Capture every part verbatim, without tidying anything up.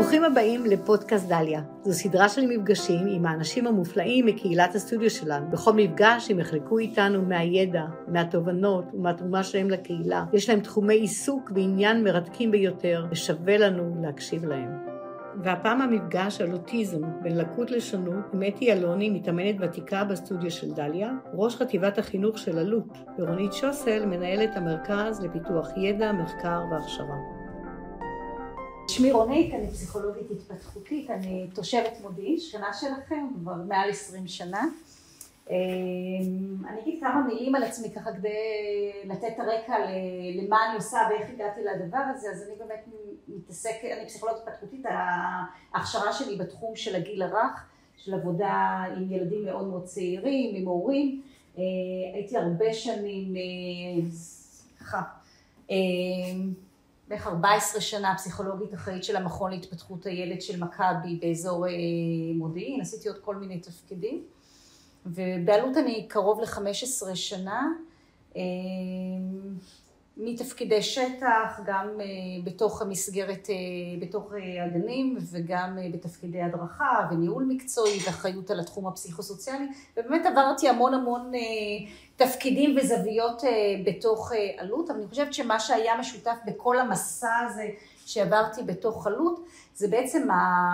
ברוכים הבאים לפודקאסט דליה. זו סדרה של מפגשים עם האנשים המופלאים מקהילת הסטודיו שלנו. בכל מפגש הם יחלקו איתנו מהידע, מהתובנות ומהתרומה שלהם לקהילה. יש להם תחומי עיסוק ועניין מרתקים ביותר, ושווה לנו להקשיב להם. והפעם המפגש על אוטיזם בין לקות לשונות עם אתי אלוני, מתאמנת ותיקה בסטודיו של דליה, ראש חטיבת החינוך של אלו"ט, ורונית שוסל, מנהלת המרכז לפיתוח ידע, מחקר והכשרה. שמי רונית, אני פסיכולוגית התפתחותית, אני תושבת מודיעין, שכנה שלכם, כבר מעל עשרים שנה. אני אגיד כמה מילים על עצמי ככה כדי לתת הרקע למה אני עושה ואיך הגעתי לדבר הזה. אז אני באמת מתעסקת, אני פסיכולוגית התפתחותית, ההכשרה שלי בתחום של הגיל הרך, של עבודה עם ילדים מאוד מאוד צעירים, עם הורים. הייתי הרבה שנים ככה, בערך ארבע עשרה שנה פסיכולוגית אחראית של המכון להתפתחות הילד של מכבי באזור מודיעין, עשיתי עוד כל מיני תפקידים, ובעלות אני קרוב ל-חמש עשרה שנה, מתפקידי שטח, גם בתוך המסגרת, בתוך הגנים, וגם בתפקידי הדרכה וניהול מקצועי ואחריות על התחום הפסיכוסוציאלי, ובאמת עברתי המון המון תפקידים וזוויות בתוך אלו"ט, אבל אני חושבת שמה שהיה משותף בכל המסע הזה שעברתי בתוך אלו"ט, זה בעצם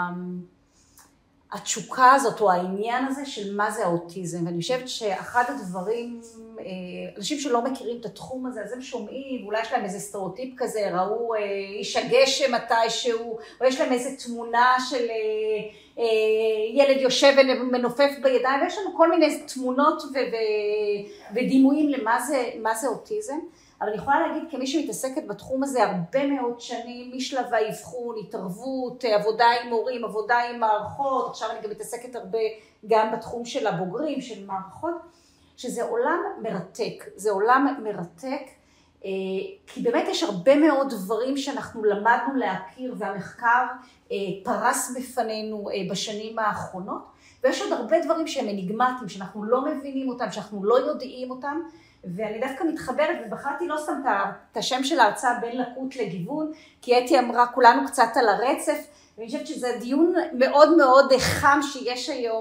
התשוקה הזאת או העניין הזה של מה זה האוטיזם, ואני חושבת שאחד הדברים, אנשים שלא מכירים את התחום הזה, אז הם שומעים, ואולי יש להם איזה סטריאוטיפ כזה, ראו איש הגשם מתישהו, או יש להם איזה תמונה של ילד יושב ומנופף בידיים, ויש לנו כל מיני תמונות ודימויים למה זה, מה זה אוטיזם. אבל אני יכולה להגיד, כמי שמתעסקת בתחום הזה הרבה מאוד שנים, משלב האבחון, התערבות, עבודה עם הורים, עבודה עם מערכות, עכשיו אני גם מתעסקת הרבה גם בתחום של הבוגרים, של מערכות, שזה עולם מרתק, זה עולם מרתק, כי באמת יש הרבה מאוד דברים שאנחנו למדנו להכיר, והמחקר פרס בפנינו בשנים האחרונות, ויש עוד הרבה דברים שהם אניגמטיים, שאנחנו לא מבינים אותם, שאנחנו לא יודעים אותם, ואני דווקא מתחברת, ובחרתי לא סתם את השם של ההרצאה בין לקות לגיוון, כי אתי אמרה כולנו קצת על הרצף, ואני חושבת שזה דיון מאוד מאוד חם שיש היום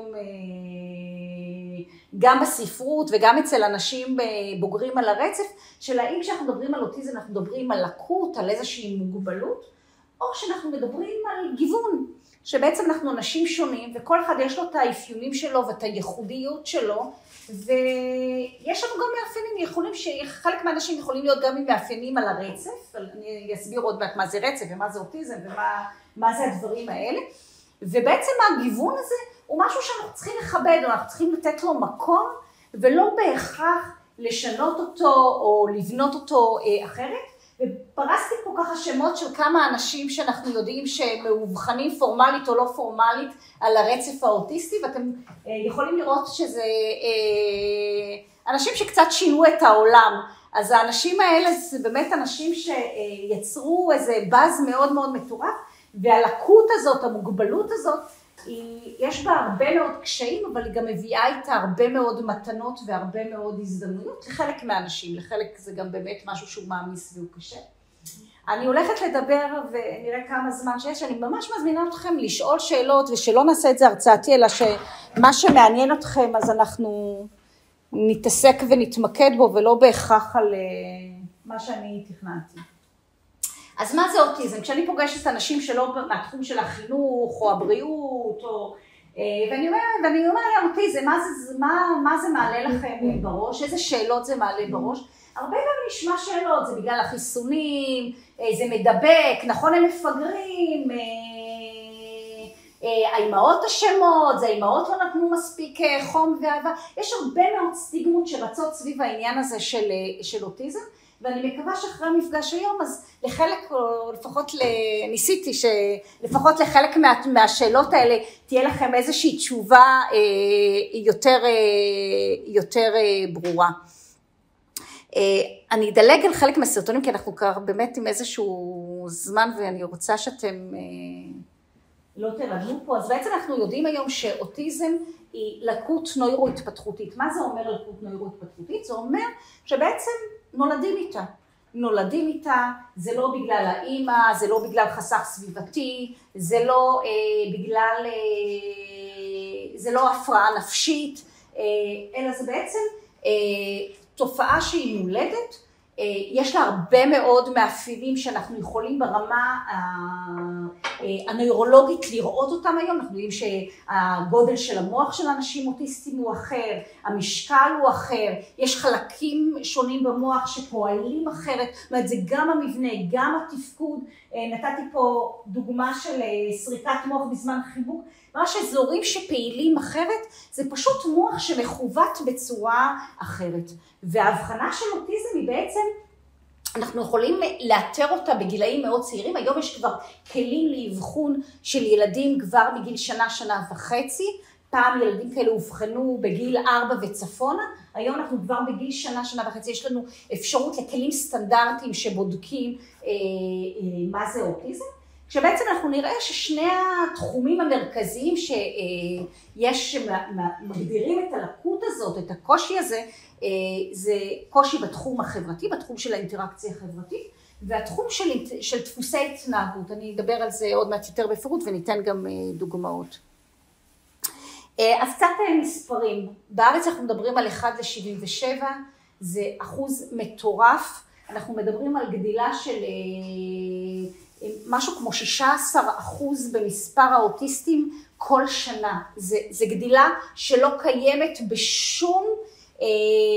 גם בספרות וגם אצל אנשים בוגרים על הרצף, של האם כשאנחנו מדברים על אוטיזם אנחנו מדברים על לקות, על איזושהי מוגבלות, או שאנחנו מדברים על גיוון, שבעצם אנחנו אנשים שונים, וכל אחד יש לו את האפיונים שלו ואת הייחודיות שלו, ויש לנו גם מאפיינים, יכולים שחלק מהאנשים יכולים להיות גם עם מאפיינים על הרצף, אני אסביר עוד מעט מה זה רצף ומה זה אוטיזם ומה מה זה הדברים האלה, ובעצם הגיוון הזה הוא משהו שאנחנו צריכים לכבד, אנחנו צריכים לתת לו מקום, ולא בהכרח לשנות אותו או לבנות אותו אחרת, ופרסתי פה ככה שמות של כמה אנשים שאנחנו יודעים שהם מאובחנים פורמלית או לא פורמלית על הרצף האוטיסטי, ואתם יכולים לראות שזה אנשים שקצת שינו את העולם. אז האנשים האלה זה באמת אנשים שיצרו איזה באז מאוד מאוד מטורף, והלקות הזאת, המוגבלות הזאת, יש בה הרבה מאוד קשיים, אבל היא גם מביאה איתה הרבה מאוד מתנות והרבה מאוד הזדמנויות לחלק מהאנשים, לחלק זה גם באמת משהו שהוא מעמיס והוא קשה. אני הולכת לדבר ונראה כמה זמן שיש, אני ממש מזמינה אתכם לשאול שאלות, ושלא נעשה את זה הרצאתי, אלא שמה שמעניין אתכם אז אנחנו נתעסק ונתמקד בו, ולא בהכרח על מה שאני תכננתי. אז מה זה אוטיזם? כשאני פוגשת אנשים שלא מהתחום של החינוך או הבריאות, או, ואני אומרת, ואני אומרת, אוטיזם, מה זה, מה, מה זה מעלה לכם בראש? איזה שאלות זה מעלה בראש? הרבה פעמים נשמע שאלות, זה בגלל החיסונים, זה מדבק, נכון הם מפגרים, האימהות אשמות, זה האימהות לא נתנו מספיק חום ואהבה, יש הרבה מאוד סטיגמות שרצות סביב העניין הזה של, של אוטיזם, ואני מקווה שאחרי המפגש היום, אז לחלק, או לפחות ניסיתי, שלפחות לחלק מה, מהשאלות האלה, תהיה לכם איזושהי תשובה אה, יותר, אה, יותר אה, ברורה. אה, אני אדלג על חלק מהסרטונים, כי אנחנו כבר באמת עם איזשהו זמן, ואני רוצה שאתם אה, לא תרדמו פה. אז בעצם אנחנו יודעים היום שאוטיזם היא לקות נוירו-התפתחותית. מה זה אומר לקות נוירו-התפתחותית? זה אומר שבעצם נולדים איתה. נולדים איתה, זה לא בגלל האימא, זה לא בגלל חסך סביבתי, זה לא אה, בגלל, אה, זה לא הפרעה נפשית, אה, אלא זה בעצם אה, תופעה שהיא מולדת, יש לה הרבה מאוד מאפיינים שאנחנו יכולים ברמה הנוירולוגית לראות אותם היום. אנחנו יודעים שהגודל של המוח של אנשים אוטיסטים הוא אחר, המשקל הוא אחר, יש חלקים שונים במוח שפועלים אחרת, זאת אומרת זה גם המבנה, גם התפקוד. נתתי פה דוגמה של סריקת מוח בזמן חיבוק, ממש אזורים שפעילים אחרת, זה פשוט מוח שמכוות בצורה אחרת. וההבחנה של אוטיזם היא בעצם, אנחנו יכולים לאתר אותה בגילאים מאוד צעירים, היום יש כבר כלים לאבחון של ילדים כבר מגיל שנה, שנה וחצי, פעם ילדים כאלה הובחנו בגיל ארבע וצפונה, היום אנחנו כבר בגיל שנה, שנה וחצי, יש לנו אפשרות לכלים סטנדרטיים שבודקים אה, אה, מה זה אוטיזם, כשבעצם אנחנו נראה ששני התחומים המרכזיים שיש, מגדירים את הלקות הזאת, את הקושי הזה, זה קושי בתחום החברתי, בתחום של האינטראקציה החברתית, והתחום של, של דפוסי התנהגות. אני אדבר על זה עוד מעט יותר בפירוט וניתן גם דוגמאות. אז קצת מספרים. בארץ אנחנו מדברים על אחד לשבעים ושבע, זה אחוז מטורף. אנחנו מדברים על גדילה של משהו כמו שישה עשר אחוז במספר האוטיסטים כל שנה. זה, זה גדילה שלא קיימת בשום אה,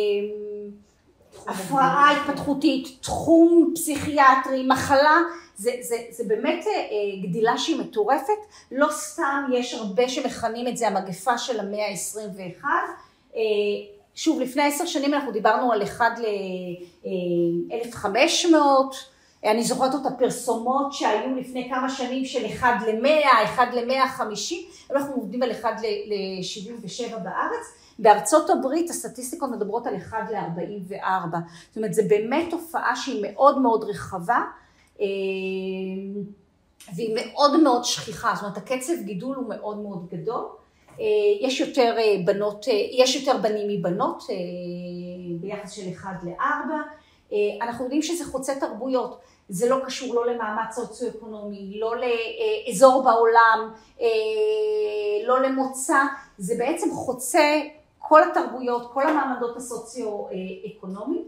הפרעה התפתחותית, תחום פסיכיאטרי, מחלה. זה, זה, זה באמת אה, גדילה שהיא מטורפת. לא סתם יש הרבה שמכנים את זה המגפה של המאה ה-עשרים ואחת. אה, שוב, לפני עשר שנים אנחנו דיברנו על אחד ל-אלף וחמש מאות, אני זוכרת את הפרסומות שהיו לפני כמה שנים של אחד למאה, אחד למאה חמישים, אנחנו עובדים על אחד ל-שבעים ושבע בארץ, בארצות הברית הסטטיסטיקות מדברות על אחד ל-ארבעים וארבע, זאת אומרת זה באמת תופעה שהיא מאוד מאוד רחבה, והיא מאוד מאוד שכיחה, זאת אומרת הקצב גידול הוא מאוד מאוד גדול, יש יותר בנות, יש יותר בנים מבנות ביחס של אחד לארבע, אנחנו יודעים שזה חוצה תרבויות, זה לא קשור לא למעמד סוציו-אקונומי, לא לאזור בעולם, לא למוצא, זה בעצם חוצה כל התרבויות, כל המעמדות הסוציו-אקונומיים.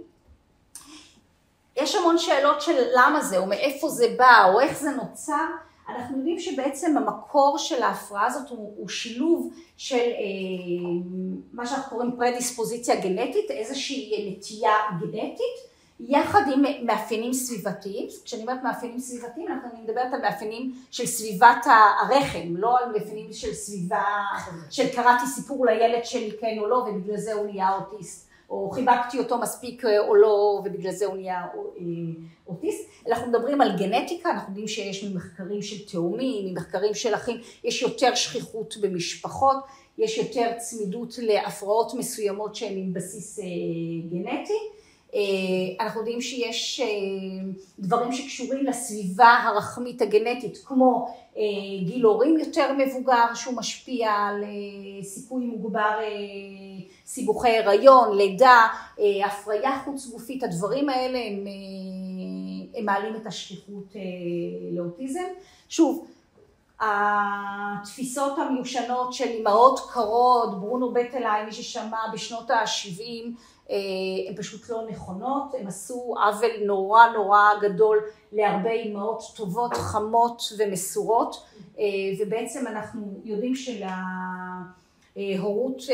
יש המון שאלות של למה זה, או מאיפה זה בא, או איך זה נוצר. אנחנו יודעים שבעצם המקור של ההפרעה הזאת הוא, הוא שילוב של אה, מה שאנחנו קוראים פרדיספוזיציה גנטית, איזושהי נטייה גנטית, יחד עם מאפיינים סביבתיים. כשאני אומרת מאפיינים סביבתיים, אני מדברת על מאפיינים של סביבת הרחם, לא על מאפיינים של סביבה, של קראתי סיפור לילד שלי כן או לא, ובגלל זה הוא נהיה אוטיסט, או חיבקתי אותו מספיק או לא, ובגלל זה הוא נהיה אוטיסט. אנחנו מדברים על גנטיקה, אנחנו יודעים שיש ממחקרים של תאומים, ממחקרים של אחים, יש יותר שכיחות במשפחות, יש יותר צמידות להפרעות מסוימות שהן עם בסיס גנטי. אנחנו יודעים שיש דברים שקשורים לסביבה הרחמית הגנטית, כמו גיל הורים יותר מבוגר שהוא משפיע על סיכוי מוגבר, סיבוכי הריון, לידה, הפריה חוץ גופית, הדברים האלה הם, הם מעלים את השכיחות לאוטיזם. שוב, התפיסות המיושנות של אמהות קרות, ברונו בטלהיים, מי ששמע בשנות ה-שבעים, הן פשוט לא נכונות, הם עשו עוול נורא נורא גדול להרבה אמהות טובות, חמות ומסורות, ובעצם אנחנו יודעים שלהורות,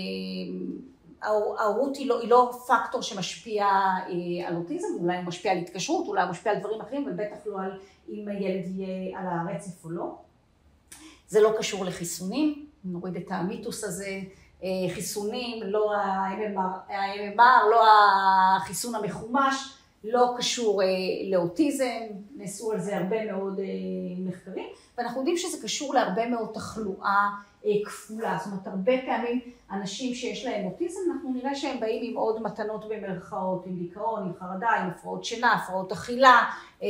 ההורות היא לא, היא לא פקטור שמשפיע על אוטיזם, אולי הוא משפיע על התקשרות, אולי הוא משפיע על דברים אחרים, אבל בטח לא על אם הילד יהיה על הרצף או לא. זה לא קשור לחיסונים, נוריד את המיתוס הזה, חיסונים, לא ה-אם אם אר, לא החיסון המחומש, לא קשור לאוטיזם, נעשו על זה הרבה מאוד מחקרים, ואנחנו יודעים שזה קשור להרבה מאוד תחלואה כפולה, זאת אומרת, הרבה פעמים אנשים שיש להם אוטיזם, אנחנו נראה שהם באים עם עוד מתנות במרכאות, עם דיכאון, עם חרדה, עם הפרעות שינה, הפרעות אכילה,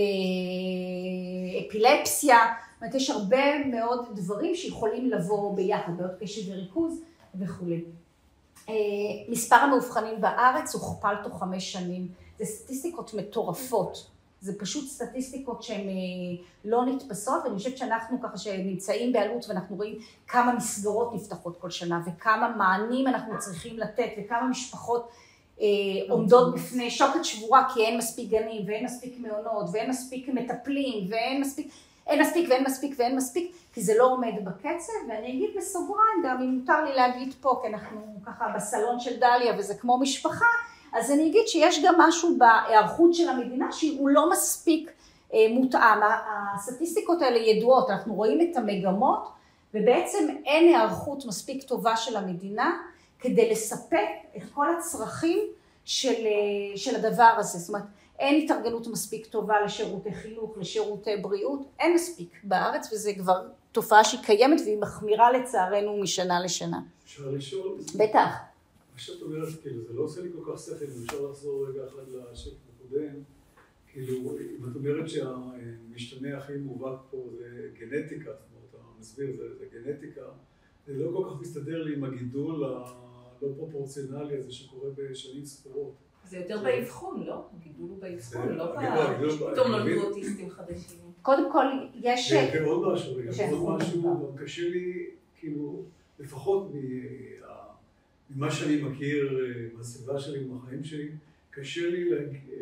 אפילפסיה, זאת אומרת, יש הרבה מאוד דברים שיכולים לבוא ביחד, בעיות קשב וריכוז וכו'. מספר המאובחנים בארץ הוכפל תוך חמש שנים. זה סטטיסטיקות מטורפות. זה פשוט סטטיסטיקות שהן לא נתפסות, ואני חושבת שאנחנו ככה שנמצאים בעלות ואנחנו רואים כמה מסגרות נפתחות כל שנה, וכמה מענים אנחנו צריכים לתת, וכמה משפחות אה, עומדות בפני שוקת שבורה, כי אין מספיק גנים, ואין מספיק מעונות, ואין מספיק מטפלים, ואין מספיק, אין מספיק ואין מספיק ואין מספיק, כי זה לא עומד בקצב, ואני אגיד בסוגריים, גם אם מותר לי להגיד פה, כי אנחנו ככה בסלון של דליה, וזה כמו משפחה, אז אני אגיד שיש גם משהו בהיערכות של המדינה שהוא לא מספיק אה, מותאם. הסטטיסטיקות האלה ידועות, אנחנו רואים את המגמות, ובעצם אין היערכות מספיק טובה של המדינה כדי לספק את כל הצרכים של, של הדבר הזה. זאת אומרת, אין התארגנות מספיק טובה לשירותי חינוך, לשירותי בריאות, אין מספיק בארץ, וזה כבר תופעה שהיא קיימת והיא מחמירה לצערנו משנה לשנה. אפשר לשאול? בטח. מה שאת אומרת, כאילו, זה לא עושה לי כל כך שכל, אם אפשר לחזור רגע אחד לשקף הקודם, כאילו, אם את אומרת שהמשתנה הכי מובהק פה זה גנטיקה, זאת אומרת, המסביר זה, זה גנטיקה, זה לא כל כך מסתדר לי עם הגידול הלא פרופורציונלי הזה שקורה בשנים ספורות. זה יותר באבחון, לא? הגידול הוא באבחון, לא פתאום נולדו אוטיסטים חדשים. קודם כל, יש... ועוד משהו, ועוד משהו, קשה לי, כאילו, לפחות ממה שאני מכיר, מהסביבה שלי, מהחיים שלי, קשה לי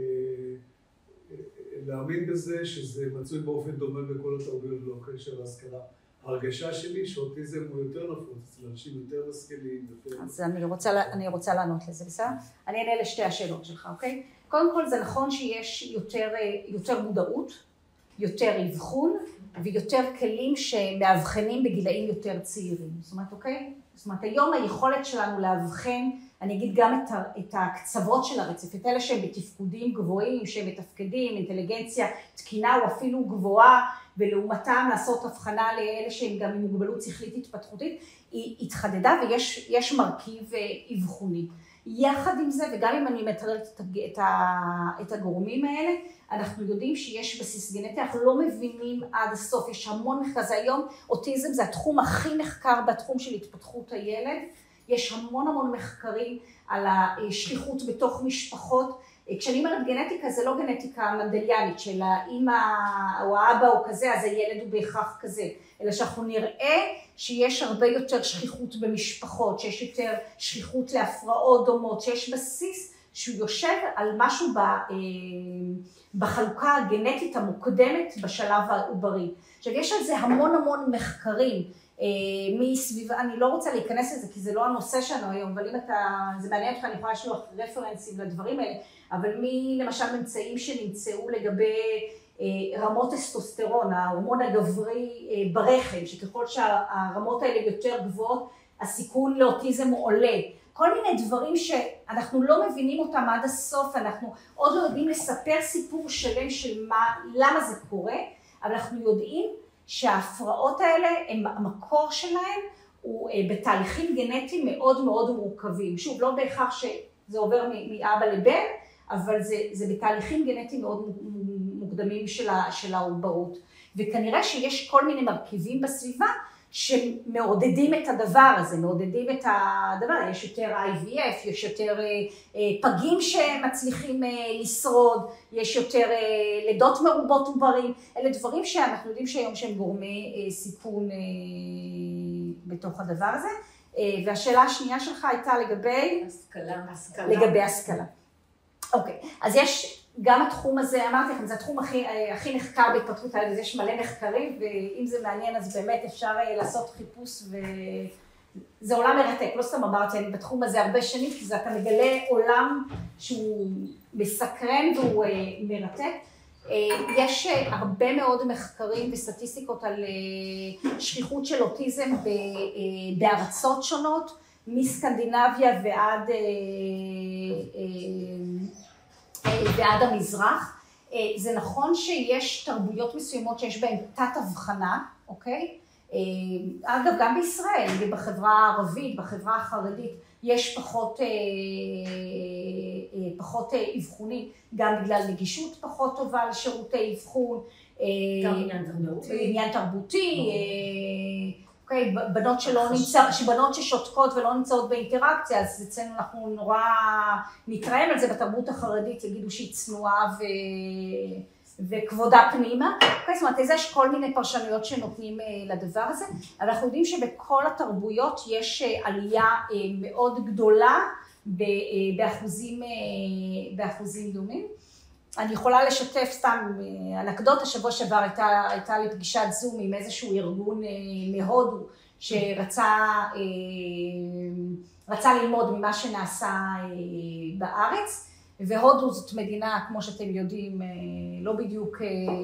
להאמין בזה שזה מצוי באופן דומה בכל התרבויות, לא קשר להשכלה. ההרגשה שלי שאוטיזם הוא יותר נפוץ, אצל אנשים יותר משכילים, יותר... אז אני רוצה, אני רוצה לענות לזה, בסדר? אני אענה לשתי השאלות שלך, אוקיי? קודם כל, זה נכון שיש יותר, יותר מודעות, יותר אבחון, ויותר כלים שמאבחנים בגילאים יותר צעירים. זאת אומרת, אוקיי? זאת אומרת, היום היכולת שלנו לאבחן, אני אגיד גם את, ה, את הקצוות של הרצף, את אלה שהם בתפקודים גבוהים, שהם מתפקדים, אינטליגנציה, תקינה או אפילו גבוהה, ולעומתם לעשות הבחנה לאלה שהם גם עם מוגבלות שכלית התפתחותית, היא התחדדה ויש יש מרכיב אבחוני. יחד עם זה, וגם אם אני מתארת את, את, את הגורמים האלה, אנחנו יודעים שיש בסיס גנטי, אנחנו לא מבינים עד הסוף, יש המון מחקר, זה היום, אוטיזם זה התחום הכי נחקר בתחום של התפתחות הילד, יש המון המון מחקרים על השכיחות בתוך משפחות, כשאני אומרת גנטיקה, זה לא גנטיקה מנדליאנית של האמא או האבא או כזה, אז הילד הוא בהכרח כזה, אלא שאנחנו נראה שיש הרבה יותר שכיחות במשפחות, שיש יותר שכיחות להפרעות דומות, שיש בסיס שהוא יושב על משהו בחלוקה הגנטית המוקדמת בשלב העוברי. עכשיו, יש על זה המון המון מחקרים, מסביבה, אני לא רוצה להיכנס לזה כי זה לא הנושא שלנו היום, אבל אם אתה, זה מעניין אותך, אני יכולה לשלוח רפרנסים לדברים האלה, אבל מי למשל ממצאים שנמצאו לגבי רמות טסטוסטרון, ההורמון הגברי ברחם, שככל שהרמות האלה יותר גבוהות, הסיכון לאוטיזם עולה. כל מיני דברים שאנחנו לא מבינים אותם עד הסוף, אנחנו עוד לא יודעים לספר סיפור שלם של מה, למה זה קורה, אבל אנחנו יודעים שההפרעות האלה, הם, המקור שלהם הוא בתהליכים גנטיים מאוד מאוד מורכבים. שוב, לא בהכרח שזה עובר מאבא לבן, אבל זה, זה בתהליכים גנטיים מאוד מוקדמים של, ה, של העוברות. וכנראה שיש כל מיני מרכיבים בסביבה שמעודדים את הדבר הזה, מעודדים את הדבר, יש יותר איי וי אף, יש יותר פגים שמצליחים לשרוד, יש יותר לידות מרובות עוברים, אלה דברים שאנחנו יודעים שהיום שהם גורמי סיכון בתוך הדבר הזה. והשאלה השנייה שלך הייתה לגבי... השכלה. לגבי השכלה. אוקיי, אז יש גם התחום הזה, אמרתי לכם, זה התחום הכי, הכי נחקר בהתפתחות הילד, אז יש מלא מחקרים, ואם זה מעניין אז באמת אפשר לעשות חיפוש, וזה עולם מרתק, לא סתם אמרתי, אני בתחום הזה הרבה שנים, כי זה אתה מגלה עולם שהוא מסקרן והוא מרתק. יש הרבה מאוד מחקרים וסטטיסטיקות על שכיחות של אוטיזם בארצות שונות, מסקנדינביה ועד, ועד המזרח. זה נכון שיש תרבויות מסוימות שיש בהן תת הבחנה, אוקיי? אגב, גם בישראל, בחברה הערבית, בחברה החרדית, יש פחות, פחות אבחונים, גם בגלל נגישות פחות טובה לשירותי אבחון. גם עניין תרבותי. עניין תרבותי. אוקיי, בנות שלא נמצא, שבנות ששותקות ולא נמצאות באינטראקציה, אז אצלנו אנחנו נורא נתרעם על זה בתרבות החרדית, יגידו שהיא צנועה ו... וכבודה פנימה. אוקיי, זאת אומרת, יש כל מיני פרשנויות שנותנים לדבר הזה, אבל אנחנו יודעים שבכל התרבויות יש עלייה מאוד גדולה באחוזים, באחוזים דומים. אני יכולה לשתף סתם אנקדוטה, שבוע שעבר הייתה, הייתה לי פגישת זום עם איזשהו ארגון מהודו שרצה רצה ללמוד ממה שנעשה בארץ, והודו זאת מדינה, כמו שאתם יודעים, לא בדיוק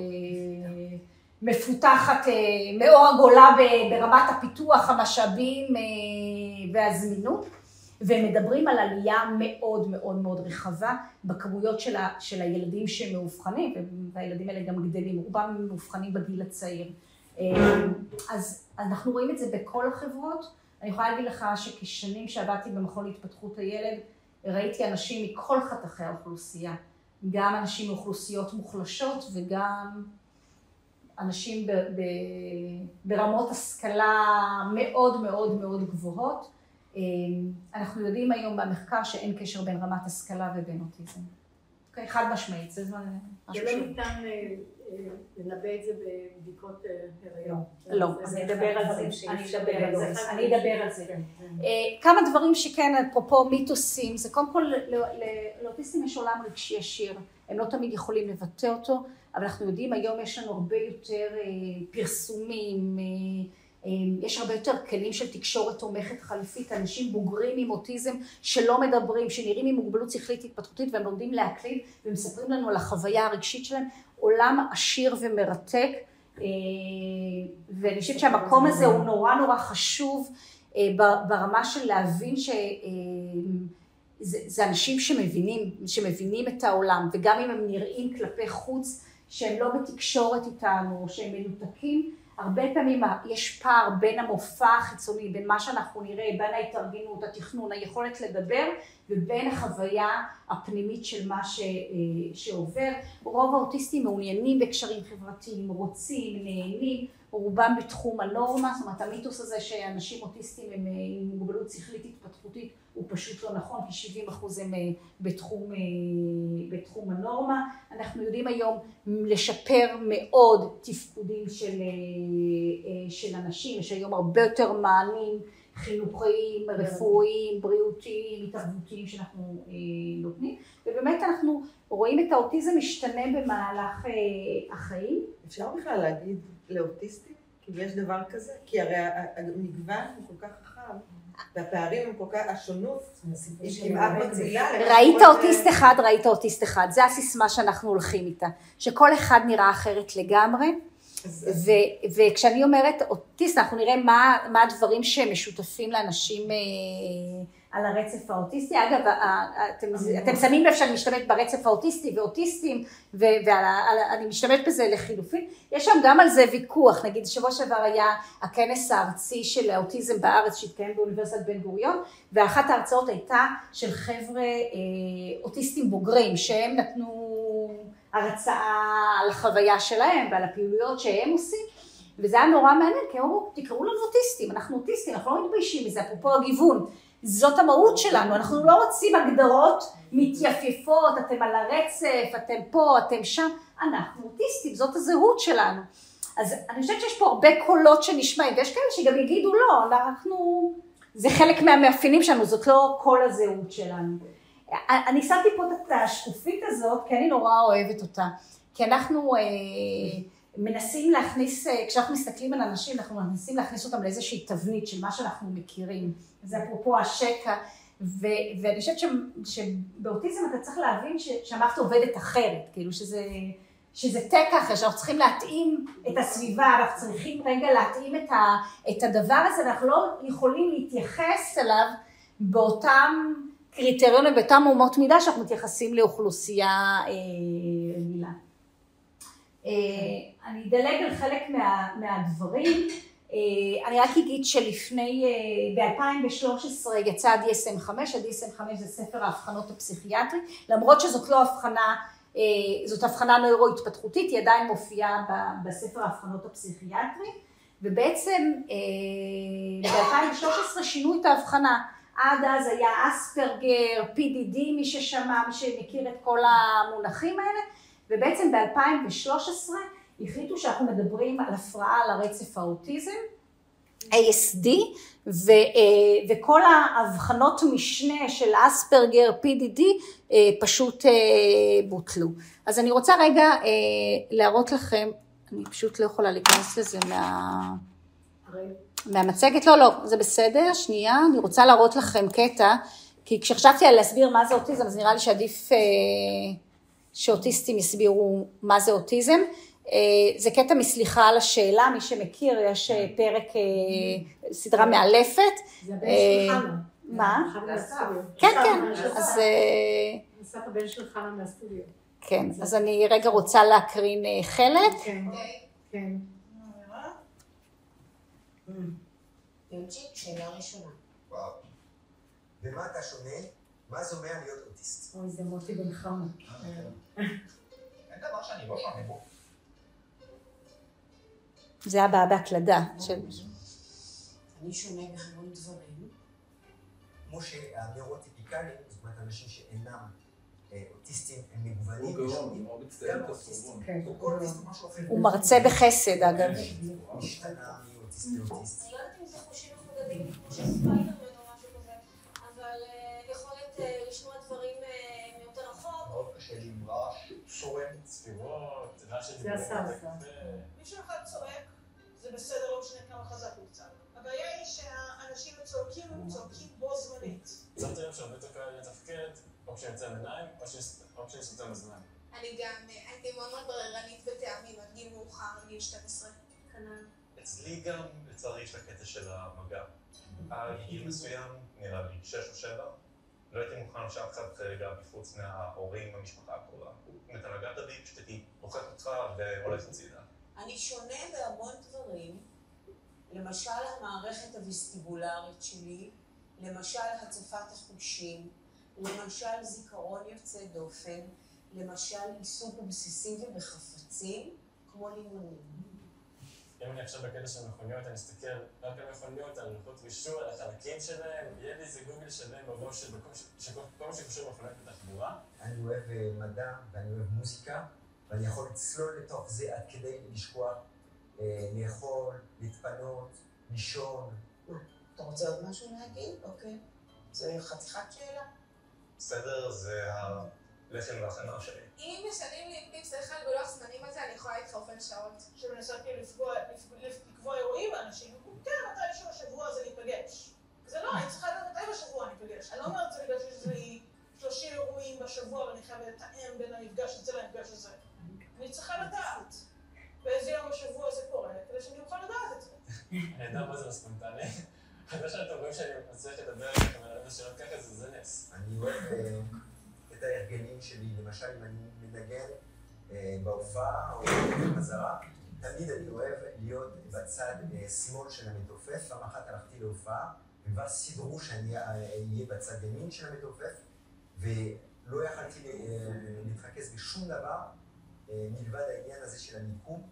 מפותחת, מאור הגולה ברמת הפיתוח, המשאבים והזמינות, והם מדברים על עלייה מאוד מאוד מאוד רחבה בכמויות של, ה, של הילדים שמאובחנים, והילדים האלה גם גדלים, רובם מאובחנים בגיל הצעיר. אז אנחנו רואים את זה בכל החברות. אני יכולה להגיד לך שכשנים שעבדתי במכון להתפתחות הילד, ראיתי אנשים מכל חתכי האוכלוסייה, גם אנשים מאוכלוסיות מוחלשות וגם אנשים ב, ב, ברמות השכלה מאוד מאוד מאוד גבוהות. אנחנו יודעים היום במחקר שאין קשר בין רמת השכלה ובין אוטיזם. אוקיי, חד משמעית, זה זמן משהו שוב. לא ניתן לנבא את זה בבדיקות הריון. לא, אז אני אדבר על זה. אני אדבר על זה. כמה דברים שכן, אפרופו מיתוסים, זה קודם כל, לאוטיסטים יש עולם רגשי עשיר, הם לא תמיד יכולים לבטא אותו, אבל אנחנו יודעים, היום יש לנו הרבה יותר פרסומים, יש הרבה יותר כלים של תקשורת תומכת חליפית, אנשים בוגרים עם אוטיזם שלא מדברים, שנראים עם מוגבלות שכלית התפתחותית, והם לומדים להקליד ומספרים לנו על החוויה הרגשית שלהם, עולם עשיר ומרתק, ואני חושבת שהמקום הזה הוא נורא נורא חשוב ברמה של להבין שזה אנשים שמבינים, שמבינים את העולם, וגם אם הם נראים כלפי חוץ, שהם לא בתקשורת איתנו, שהם מנותקים, הרבה פעמים יש פער בין המופע החיצוני, בין מה שאנחנו נראה, בין ההתארגנות, התכנון, היכולת לדבר, ובין החוויה הפנימית של מה ש, שעובר. רוב האוטיסטים מעוניינים בקשרים חברתיים, רוצים, נהנים, רובם בתחום הנורמה, זאת אומרת, המיתוס הזה שאנשים אוטיסטים הם עם מוגבלות שכלית התפתחותית, הוא פשוט לא נכון, כי שבעים אחוז הם בתחום, בתחום הנורמה. אנחנו יודעים היום לשפר מאוד תפקודים של, של אנשים, יש היום הרבה יותר מענים חינוכיים, רפואיים, בריאותיים, התערבותיים שאנחנו נותנים, ובאמת אנחנו רואים את האוטיזם משתנה במהלך החיים. אפשר בכלל להגיד לאוטיסטים? כאילו יש דבר כזה? כי הרי המגוון הוא כל כך רחב, והפערים הם כל כך, השונות, יש כמעט מקבילה. ראית אוטיסט אחד, ראית אוטיסט אחד, זה הסיסמה שאנחנו הולכים איתה, שכל אחד נראה אחרת לגמרי, וכשאני אומרת אוטיסט, אנחנו נראה מה הדברים שמשותפים לאנשים על הרצף האוטיסטי. אגב, אתם שמים לב שאני משתמשת ברצף האוטיסטי ואוטיסטים, ואני משתמשת בזה לחילופין. יש שם גם על זה ויכוח, נגיד שבוע שעבר היה הכנס הארצי של האוטיזם בארץ שהתקיים באוניברסיטת בן גוריון, ואחת ההרצאות הייתה של חבר'ה אוטיסטים בוגרים, שהם נתנו הרצאה על החוויה שלהם ועל הפעילויות שהם עושים, וזה היה נורא מעניין, כי אמרו, תקראו לנו אוטיסטים, אנחנו אוטיסטים, אנחנו לא מתביישים מזה, אפרופו הגיוון. זאת המהות שלנו, אנחנו לא רוצים הגדרות מתייפפות, אתם על הרצף, אתם פה, אתם שם, אנחנו אוטיסטים, זאת הזהות שלנו. אז אני חושבת שיש פה הרבה קולות שנשמעים, ויש כאלה שגם יגידו לא, אנחנו, זה חלק מהמאפיינים שלנו, זאת לא כל הזהות שלנו. אני שמתי פה את השקופית הזאת, כי אני נורא אוהבת אותה, כי אנחנו אה, מנסים להכניס, כשאנחנו מסתכלים על אנשים, אנחנו מנסים להכניס אותם לאיזושהי תבנית של מה שאנחנו מכירים. זה אפרופו השקע, ו, ואני חושבת ש, שבאוטיזם אתה צריך להבין ש, שהמערכת עובדת אחרת, כאילו שזה, שזה תקע אחר, שאנחנו צריכים להתאים את הסביבה, אנחנו צריכים רגע להתאים את, ה, את הדבר הזה, ואנחנו לא יכולים להתייחס אליו באותם קריטריונים, באותם אומות מידה שאנחנו מתייחסים לאוכלוסייה רגילה. אה, אה, אני אדלג על חלק מה, מהדברים, אני רק אגיד שלפני, ב-אלפיים ושלוש עשרה יצא ה-די אס אם חמש, ה-די אס אם חמש זה ספר ההבחנות הפסיכיאטרי, למרות שזאת לא הבחנה, זאת הבחנה נוירו-התפתחותית, היא עדיין מופיעה בספר ההבחנות הפסיכיאטרי, ובעצם ב-אלפיים ושלוש עשרה שינו את ההבחנה. עד אז היה אספרגר, פי די די, מי ששמע, מי שמכיר את כל המונחים האלה, ובעצם ב-אלפיים ושלוש עשרה החליטו שאנחנו מדברים על הפרעה על הרצף האוטיזם, איי אס די, ו, וכל ההבחנות משנה של אספרגר, פי די די, פשוט בוטלו. אז אני רוצה רגע להראות לכם, אני פשוט לא יכולה להיכנס לזה מה... מהמצגת, לא, לא, זה בסדר, שנייה, אני רוצה להראות לכם קטע, כי כשחשבתי על להסביר מה זה אוטיזם, אז נראה לי שעדיף אה, שאוטיסטים יסבירו מה זה אוטיזם. אה, זה קטע מסליחה על השאלה, מי שמכיר, יש פרק, אה, סדרה מאלפת. זה הבן של חנה. מה? מהסטודיו. כן, כן, אז... נסף הבן של חנה מהסטודיו. כן, אז אני רגע רוצה להקרין חלק. כן, כן. יונצ'יק, שאלה ראשונה. וואו. במה אתה שונה? מה זה אומר להיות אוטיסט? אוי, זה מוטי בן חמה. אין דבר שאני לא שונה בו. זה הבא בהקלדה. אני שונה בהמון דברים. כמו שהנאורוטיפיקלים, זאת אומרת, אנשים שאינם אוטיסטים, הם מגוונים. הוא גאון, הוא מאוד מצטיין את הסרבון. כל אוטיסט הוא משהו אחר. הוא מרצה בחסד, אגב. משתנה מאוטיסט לאוטיסט. אני לא יודעת אם זה חושים מחודדים, כמו של ספיידרמן או משהו כזה, אבל יכולת לשמוע דברים מיותר רחוק. מאוד קשה לי עם רעש, שורם, צפירות, זה הסלסה. מישהו אחד צועק, זה בסדר, לא משנה כמה חזק הוא קצת. הבעיה היא שהאנשים הצועקים הם צועקים בו זמנית. שמתי לב שהרבה יותר קל לתפקד, או כשאני יוצא עיניים, או כשאני סוטה מזמן. אני גם הייתי מאוד מאוד בררנית בטעמים, עד גיל מאוחר, עד גיל שתים עשרה. כנ"ל. אצלי גם, לצערי, יש לקטע של המגע. עד גיל מסוים, נראה לי, שש או שבע, לא הייתי מוכן שאף אחד רגע מחוץ מההורים, המשפחה הקרובה. אם אתה נגעת בי, פשוט הייתי רוחק אותך והולך הצידה. אני שונה בהמון דברים, למשל המערכת הווסטיבולרית שלי, למשל הצפת החושים, למשל זיכרון יוצא דופן, למשל עיסוק אובססיבי בחפצים, כמו לימונים. אם אני עכשיו בקטע של מכוניות, אני אסתכל רק על מכוניות, על לוחות רישוי, על החלקים שלהם, יהיה לי איזה גוגל שלהם בראש של כל מה שקשור במכוניות בתחבורה. אני אוהב מדע ואני אוהב מוזיקה, ואני יכול לצלול לתוך זה עד כדי לשכוח, לאכול, להתפנות, לישון. אתה רוצה עוד משהו להגיד? אוקיי. זה חתיכת שאלה. בסדר, זה הלחם והחמאה שלי. אם משנים לי טיפס אחד בלוח זמנים הזה, אני יכולה להתחרפן שעות. שמנסה כאילו לקבוע אירועים לאנשים, כן, מתישהו השבוע הזה להיפגש. זה לא, אני צריכה לדעת מתי בשבוע אני אפגש. אני לא אומרת זה בגלל שיש לי שלושים אירועים בשבוע ואני חייבת לתאם בין המפגש הזה למפגש הזה. אני צריכה לדעת באיזה יום בשבוע זה קורה, כדי שאני אוכל לדעת את זה. אני יודע מה זה הספונטני. אני חושב שאתם רואים שאני מצליח לדבר עליכם על הרבה שאלות ככה, זה נס. אני אוהב את ההרגלים שלי, למשל אם אני מנגן בהופעה או בחזרה, תמיד אני אוהב להיות בצד שמאל של המתופף. פעם אחת הלכתי להופעה, וכבר סידרו שאני אהיה בצד ימין של המתופף, ולא יכלתי להתרכז בשום דבר מלבד העניין הזה של המיקום.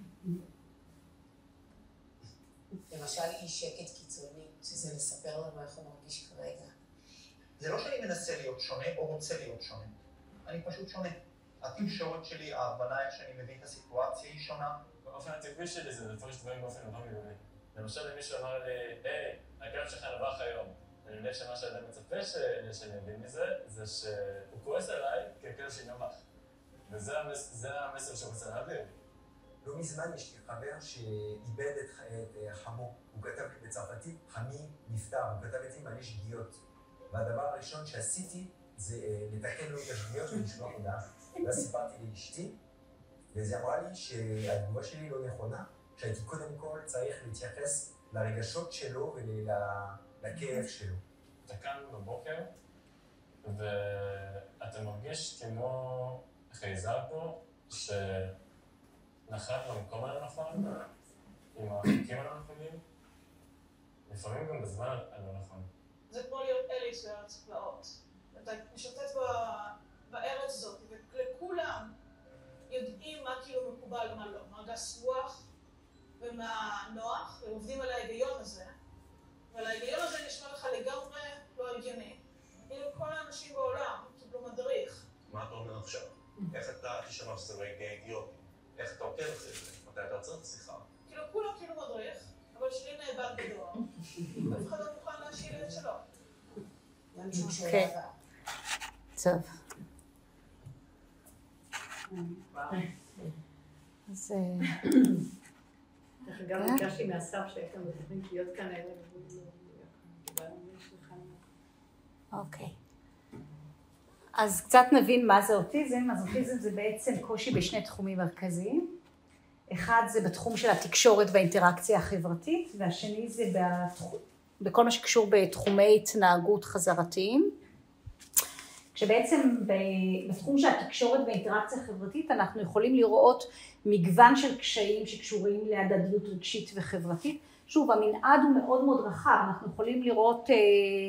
למשל אי שקט קיצוני, שזה לספר לנו איך הוא מרגיש כרגע. זה לא שאני מנסה להיות שונה או רוצה להיות שונה. אני פשוט שונה. התקשורת שלי, ההבנה איך שאני מבין את הסיטואציה היא שונה. באופן הטבעי שלי זה לפרש דברים באופן נורא מילולי. למשל אם מישהו אמר לי, היי, הכלב שלך נבח היום. אני יודע שמה שאדם מצפה שאני אבין מזה, זה שהוא כועס עליי כי הכלב שלי נבח. וזה המסר שהוא רוצה להעביר. לא מזמן יש לי חבר שאיבד את חמו. הוא כתב לי בצרפתית, חמי נפטר. הוא כתב את זה מלא שגיאות. והדבר הראשון שעשיתי זה לתקן לו את השגיאות ולשלוח הודעה. ואז סיפרתי לאשתי, וזה אמרה לי שהתגובה שלי לא נכונה, שהייתי קודם כל צריך להתייחס לרגשות שלו ולכאב שלו. אתה קם בבוקר, ואתה מרגיש כמו חייזר פה, שנחת במקום הלא נכון, עם החוקים הלא נכונים, לפעמים גם בזמן הלא נכון. זה כמו להיות אליס בארץ פלאות. אתה משוטט בארץ הזאת, וכולם יודעים מה כאילו מקובל ומה לא, מה גס רוח ומה הנוח, ועובדים על ההיגיון הזה, אבל ההיגיון הזה נשמע לך לגמרי לא הגיוני. כאילו כל האנשים בעולם קיבלו מדריך. מה אתה אומר עכשיו? איך אתה תשמע שזה לא אידיוטי? איך אתה עוקב אחרי זה? מתי אתה עוצר את השיחה? כאילו כולם כאילו מדריך, אבל שלי נאבד בדואר. אף אחד לא מוכן להשאיל את שלו. כן. טוב. אז... גם ביקשתי מהסף שהייתם בתוכנית להיות כאן האלה. אוקיי. אז קצת נבין מה זה אוטיזם. אז אוטיזם זה בעצם קושי בשני תחומים מרכזיים. אחד זה בתחום של התקשורת והאינטראקציה החברתית, והשני זה בתחום, בכל מה שקשור בתחומי התנהגות חזרתיים. כשבעצם בתחום של התקשורת והאינטראקציה החברתית אנחנו יכולים לראות מגוון של קשיים שקשורים להדדיות רגשית וחברתית. שוב, המנעד הוא מאוד מאוד רחב, אנחנו יכולים לראות אה,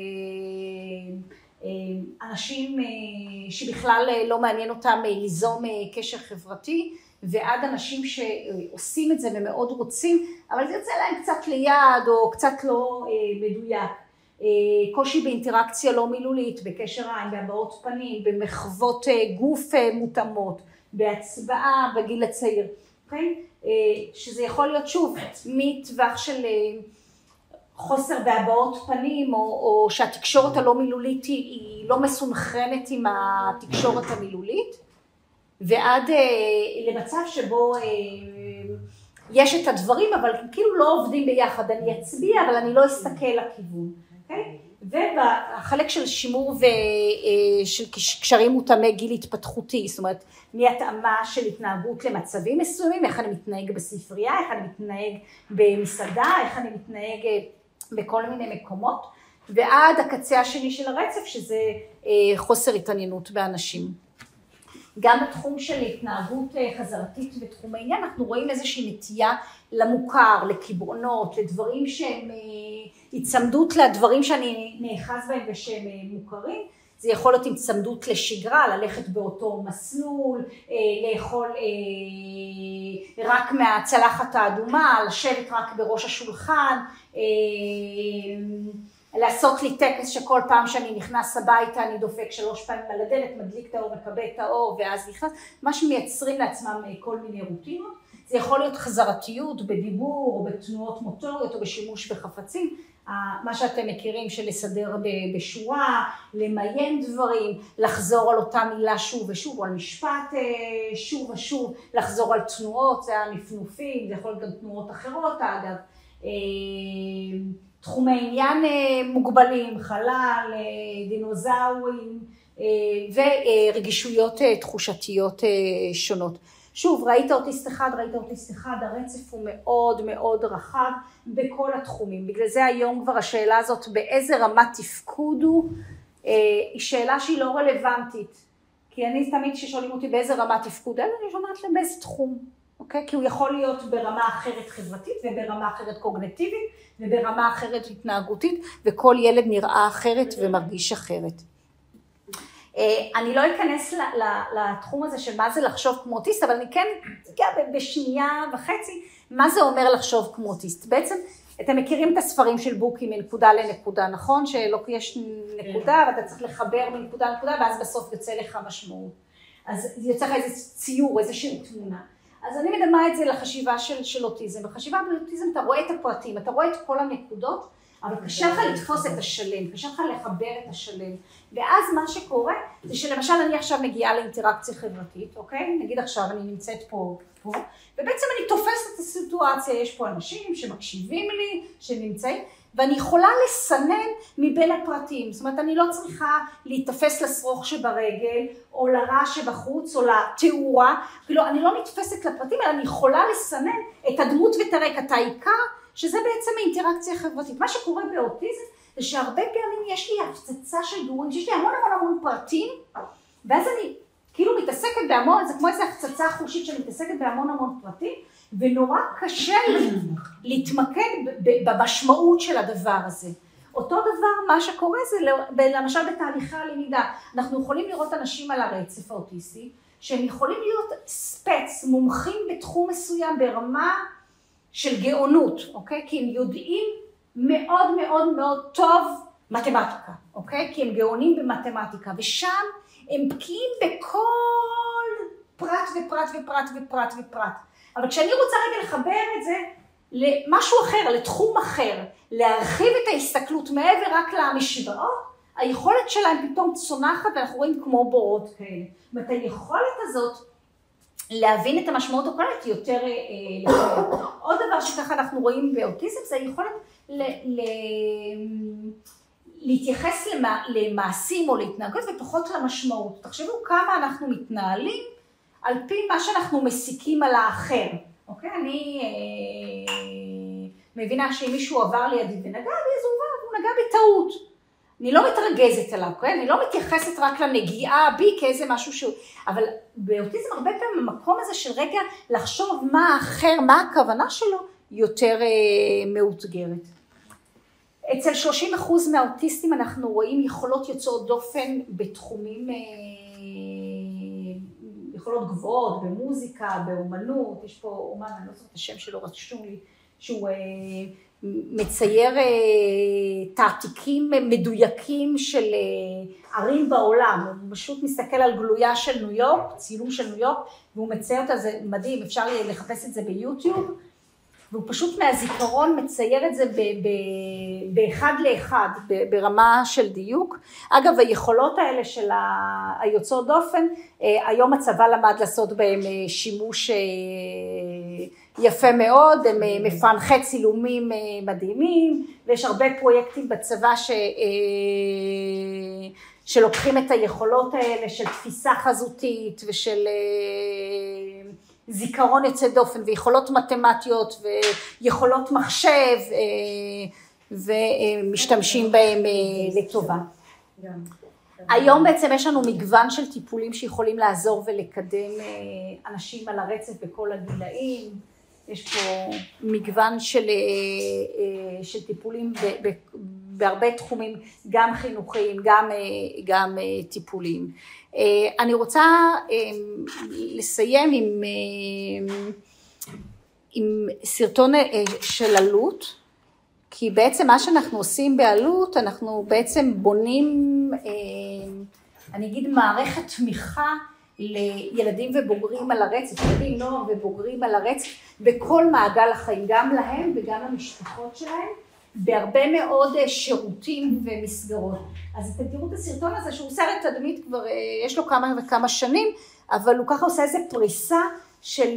אה, אנשים אה, שבכלל לא מעניין אותם אה, ליזום אה, קשר חברתי, ועד אנשים שעושים את זה ומאוד רוצים, אבל זה יוצא להם קצת ליד או קצת לא אה, מדויק. אה, קושי באינטראקציה לא מילולית, בקשר עין, בהבעות פנים, במחוות אה, גוף אה, מותאמות, בהצבעה בגיל הצעיר. אוקיי? שזה יכול להיות שוב מטווח של חוסר בהבעות פנים, או, או שהתקשורת הלא מילולית היא, היא לא מסונכרנת עם התקשורת המילולית, ועד למצב שבו יש את הדברים, אבל כאילו לא עובדים ביחד, אני אצביע, אבל אני לא אסתכל לכיוון. אוקיי? ובחלק של שימור ושל קשרים מותאמי גיל התפתחותי, זאת אומרת, מהתאמה של התנהגות למצבים מסוימים, איך אני מתנהג בספרייה, איך אני מתנהג במסעדה, איך אני מתנהג בכל מיני מקומות, ועד הקצה השני של הרצף, שזה חוסר התעניינות באנשים. גם בתחום של התנהגות חזרתית בתחום העניין, אנחנו רואים איזושהי נטייה למוכר, לקיבעונות, לדברים שהם הצמדות לדברים שאני נאחז בהם ושהם מוכרים. זה יכול להיות הצמדות לשגרה, ללכת באותו מסלול, לאכול רק מהצלחת האדומה, לשבת רק בראש השולחן, לעשות לי טקס שכל פעם שאני נכנס הביתה אני דופק שלוש פעמים על הדלת, מדליק את האור, מקבל את האור ואז נכנס, מה שמייצרים לעצמם כל מיני רוטינות. זה יכול להיות חזרתיות בדיבור או בתנועות מוטוריות או בשימוש בחפצים, מה שאתם מכירים של לסדר בשורה, למיין דברים, לחזור על אותה מילה שוב ושוב, או על משפט שוב ושוב, לחזור על תנועות, זה הנפנופים, זה יכול להיות גם תנועות אחרות אגב, תחומי עניין מוגבלים, חלל, דינוזאורים ורגישויות תחושתיות שונות. שוב, ראית אוטיסט אחד, ראית אוטיסט אחד, הרצף הוא מאוד מאוד רחב בכל התחומים. בגלל זה היום כבר השאלה הזאת באיזה רמת תפקוד הוא, היא שאלה שהיא לא רלוונטית. כי אני תמיד ששואלים אותי באיזה רמת תפקוד, אני שומעת להם באיזה תחום. אוקיי? כי הוא יכול להיות ברמה אחרת חברתית וברמה אחרת קוגניטיבית וברמה אחרת התנהגותית, וכל ילד נראה אחרת ומרגיש אחרת. אני לא אכנס לתחום הזה של מה זה לחשוב כמו אוטיסט, אבל אני כן אגיע בשנייה וחצי מה זה אומר לחשוב כמו אוטיסט. בעצם אתם מכירים את הספרים של בוקי מנקודה לנקודה, נכון? שלא יש נקודה ואתה צריך לחבר מנקודה לנקודה ואז בסוף יוצא לך משמעות. אז יוצא לך איזה ציור, איזושהי תמונה. אז אני מדמה את זה לחשיבה של, של אוטיזם. בחשיבה באוטיזם אתה רואה את הפרטים, אתה רואה את כל הנקודות, אבל קשה לך לתפוס את השלם, קשה לך לחבר את השלם. ואז מה שקורה זה שלמשל אני עכשיו מגיעה לאינטראקציה חברתית, אוקיי? נגיד עכשיו אני נמצאת פה, פה, ובעצם אני תופסת את הסיטואציה, יש פה אנשים שמקשיבים לי, שנמצאים, ואני יכולה לסנן מבין הפרטים. זאת אומרת, אני לא צריכה להתאפס לשרוך שברגל, או לרע שבחוץ, או לתאורה, כאילו אני לא נתפסת לפרטים, אלא אני יכולה לסנן את הדמות ואת הרקע, את העיקר, שזה בעצם האינטראקציה החברתית. מה שקורה באוטיזם זה שהרבה פעמים יש לי הפצצה של דורים, שיש לי המון המון המון פרטים, ואז אני כאילו מתעסקת בהמון, זה כמו איזו הפצצה חושית שמתעסקת בהמון המון פרטים, ונורא קשה לי להתמקד במשמעות של הדבר הזה. אותו דבר, מה שקורה זה, למשל בתהליכי הלמידה, אנחנו יכולים לראות אנשים על הרצף האוטיסטי, שהם יכולים להיות ספץ, מומחים בתחום מסוים ברמה, של גאונות, אוקיי? כי הם יודעים מאוד מאוד מאוד טוב מתמטיקה, אוקיי? כי הם גאונים במתמטיקה, ושם הם בקיאים בכל פרט ופרט ופרט ופרט ופרט. אבל כשאני רוצה רגע לחבר את זה למשהו אחר, לתחום אחר, להרחיב את ההסתכלות מעבר רק למשוואות, היכולת שלהם פתאום צונחת, ואנחנו רואים כמו בורות כאלה. זאת אומרת, היכולת הזאת להבין את המשמעות הכוללת יותר לחיים. עוד דבר שככה אנחנו רואים באוטיזם, זה היכולת ל... ל... להתייחס למעשים או להתנהגות ופחות למשמעות. תחשבו כמה אנחנו מתנהלים על פי מה שאנחנו מסיקים על האחר. אוקיי? אני אה, מבינה שאם מישהו עבר לידי ונגע בי, אז הוא עבר, הוא נגע בטעות. אני לא מתרגזת עליו, אוקיי? אני לא מתייחסת רק לנגיעה בי כאיזה משהו שהוא... אבל באוטיזם הרבה פעמים המקום הזה של רגע לחשוב מה האחר, מה הכוונה שלו, יותר אה, מאותגרת. אצל שלושים אחוז מהאוטיסטים אנחנו רואים יכולות יוצאות דופן בתחומים, יכולות גבוהות, במוזיקה, באומנות, יש פה אומן, אני לא זוכרת את השם שלו, רשום לי, שהוא מצייר תעתיקים מדויקים של ערים בעולם, הוא פשוט מסתכל על גלויה של ניו יורק, צילום של ניו יורק, והוא מצייר אותה, זה מדהים, אפשר לחפש את זה ביוטיוב, והוא פשוט מהזיכרון מצייר את זה באחד לאחד, ברמה של דיוק. אגב, היכולות האלה של היוצאות דופן, היום הצבא למד לעשות בהם שימוש יפה מאוד, הם מפענחי צילומים מדהימים, ויש הרבה פרויקטים בצבא ש... שלוקחים את היכולות האלה של תפיסה חזותית ושל... זיכרון יוצא דופן ויכולות מתמטיות ויכולות מחשב ומשתמשים בהם לטובה. היום בעצם יש לנו מגוון של טיפולים שיכולים לעזור ולקדם אנשים על הרצף בכל הגילאים. יש פה מגוון של, של טיפולים בהרבה תחומים, גם חינוכיים, גם, גם טיפוליים. אני רוצה לסיים עם, עם סרטון של עלות, כי בעצם מה שאנחנו עושים בעלות, אנחנו בעצם בונים, אני אגיד, מערכת תמיכה לילדים ובוגרים על הרצף, ילדים נוער ובוגרים על הרצף, בכל מעגל החיים, גם להם וגם למשפחות שלהם, בהרבה מאוד שירותים ומסגרות. אז אתם תראו את הסרטון הזה, שהוא סרט תדמית כבר, יש לו כמה וכמה שנים, אבל הוא ככה עושה איזה פריסה של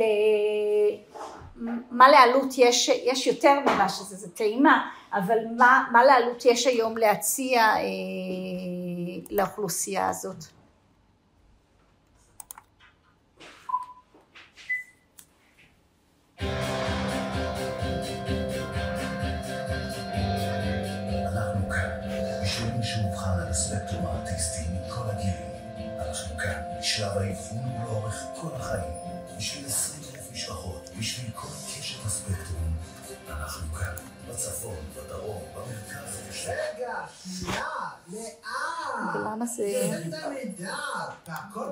מה לעלות יש, יש יותר ממה שזה, זה טעימה, אבל מה, מה לעלות יש היום להציע אה, לאוכלוסייה הזאת. שמובחן על הספקטרום האוטיסטי מכל הגילים. אנחנו כאן, בשלב האבחון ולאורך כל החיים. בשביל עשרים אלף משפחות, בשביל כל קשת הספקטרום. אנחנו כאן, בצפון, בדרום, במרכז. רגע, שנייה, לאט. למה זה? זה את המידע, והכל.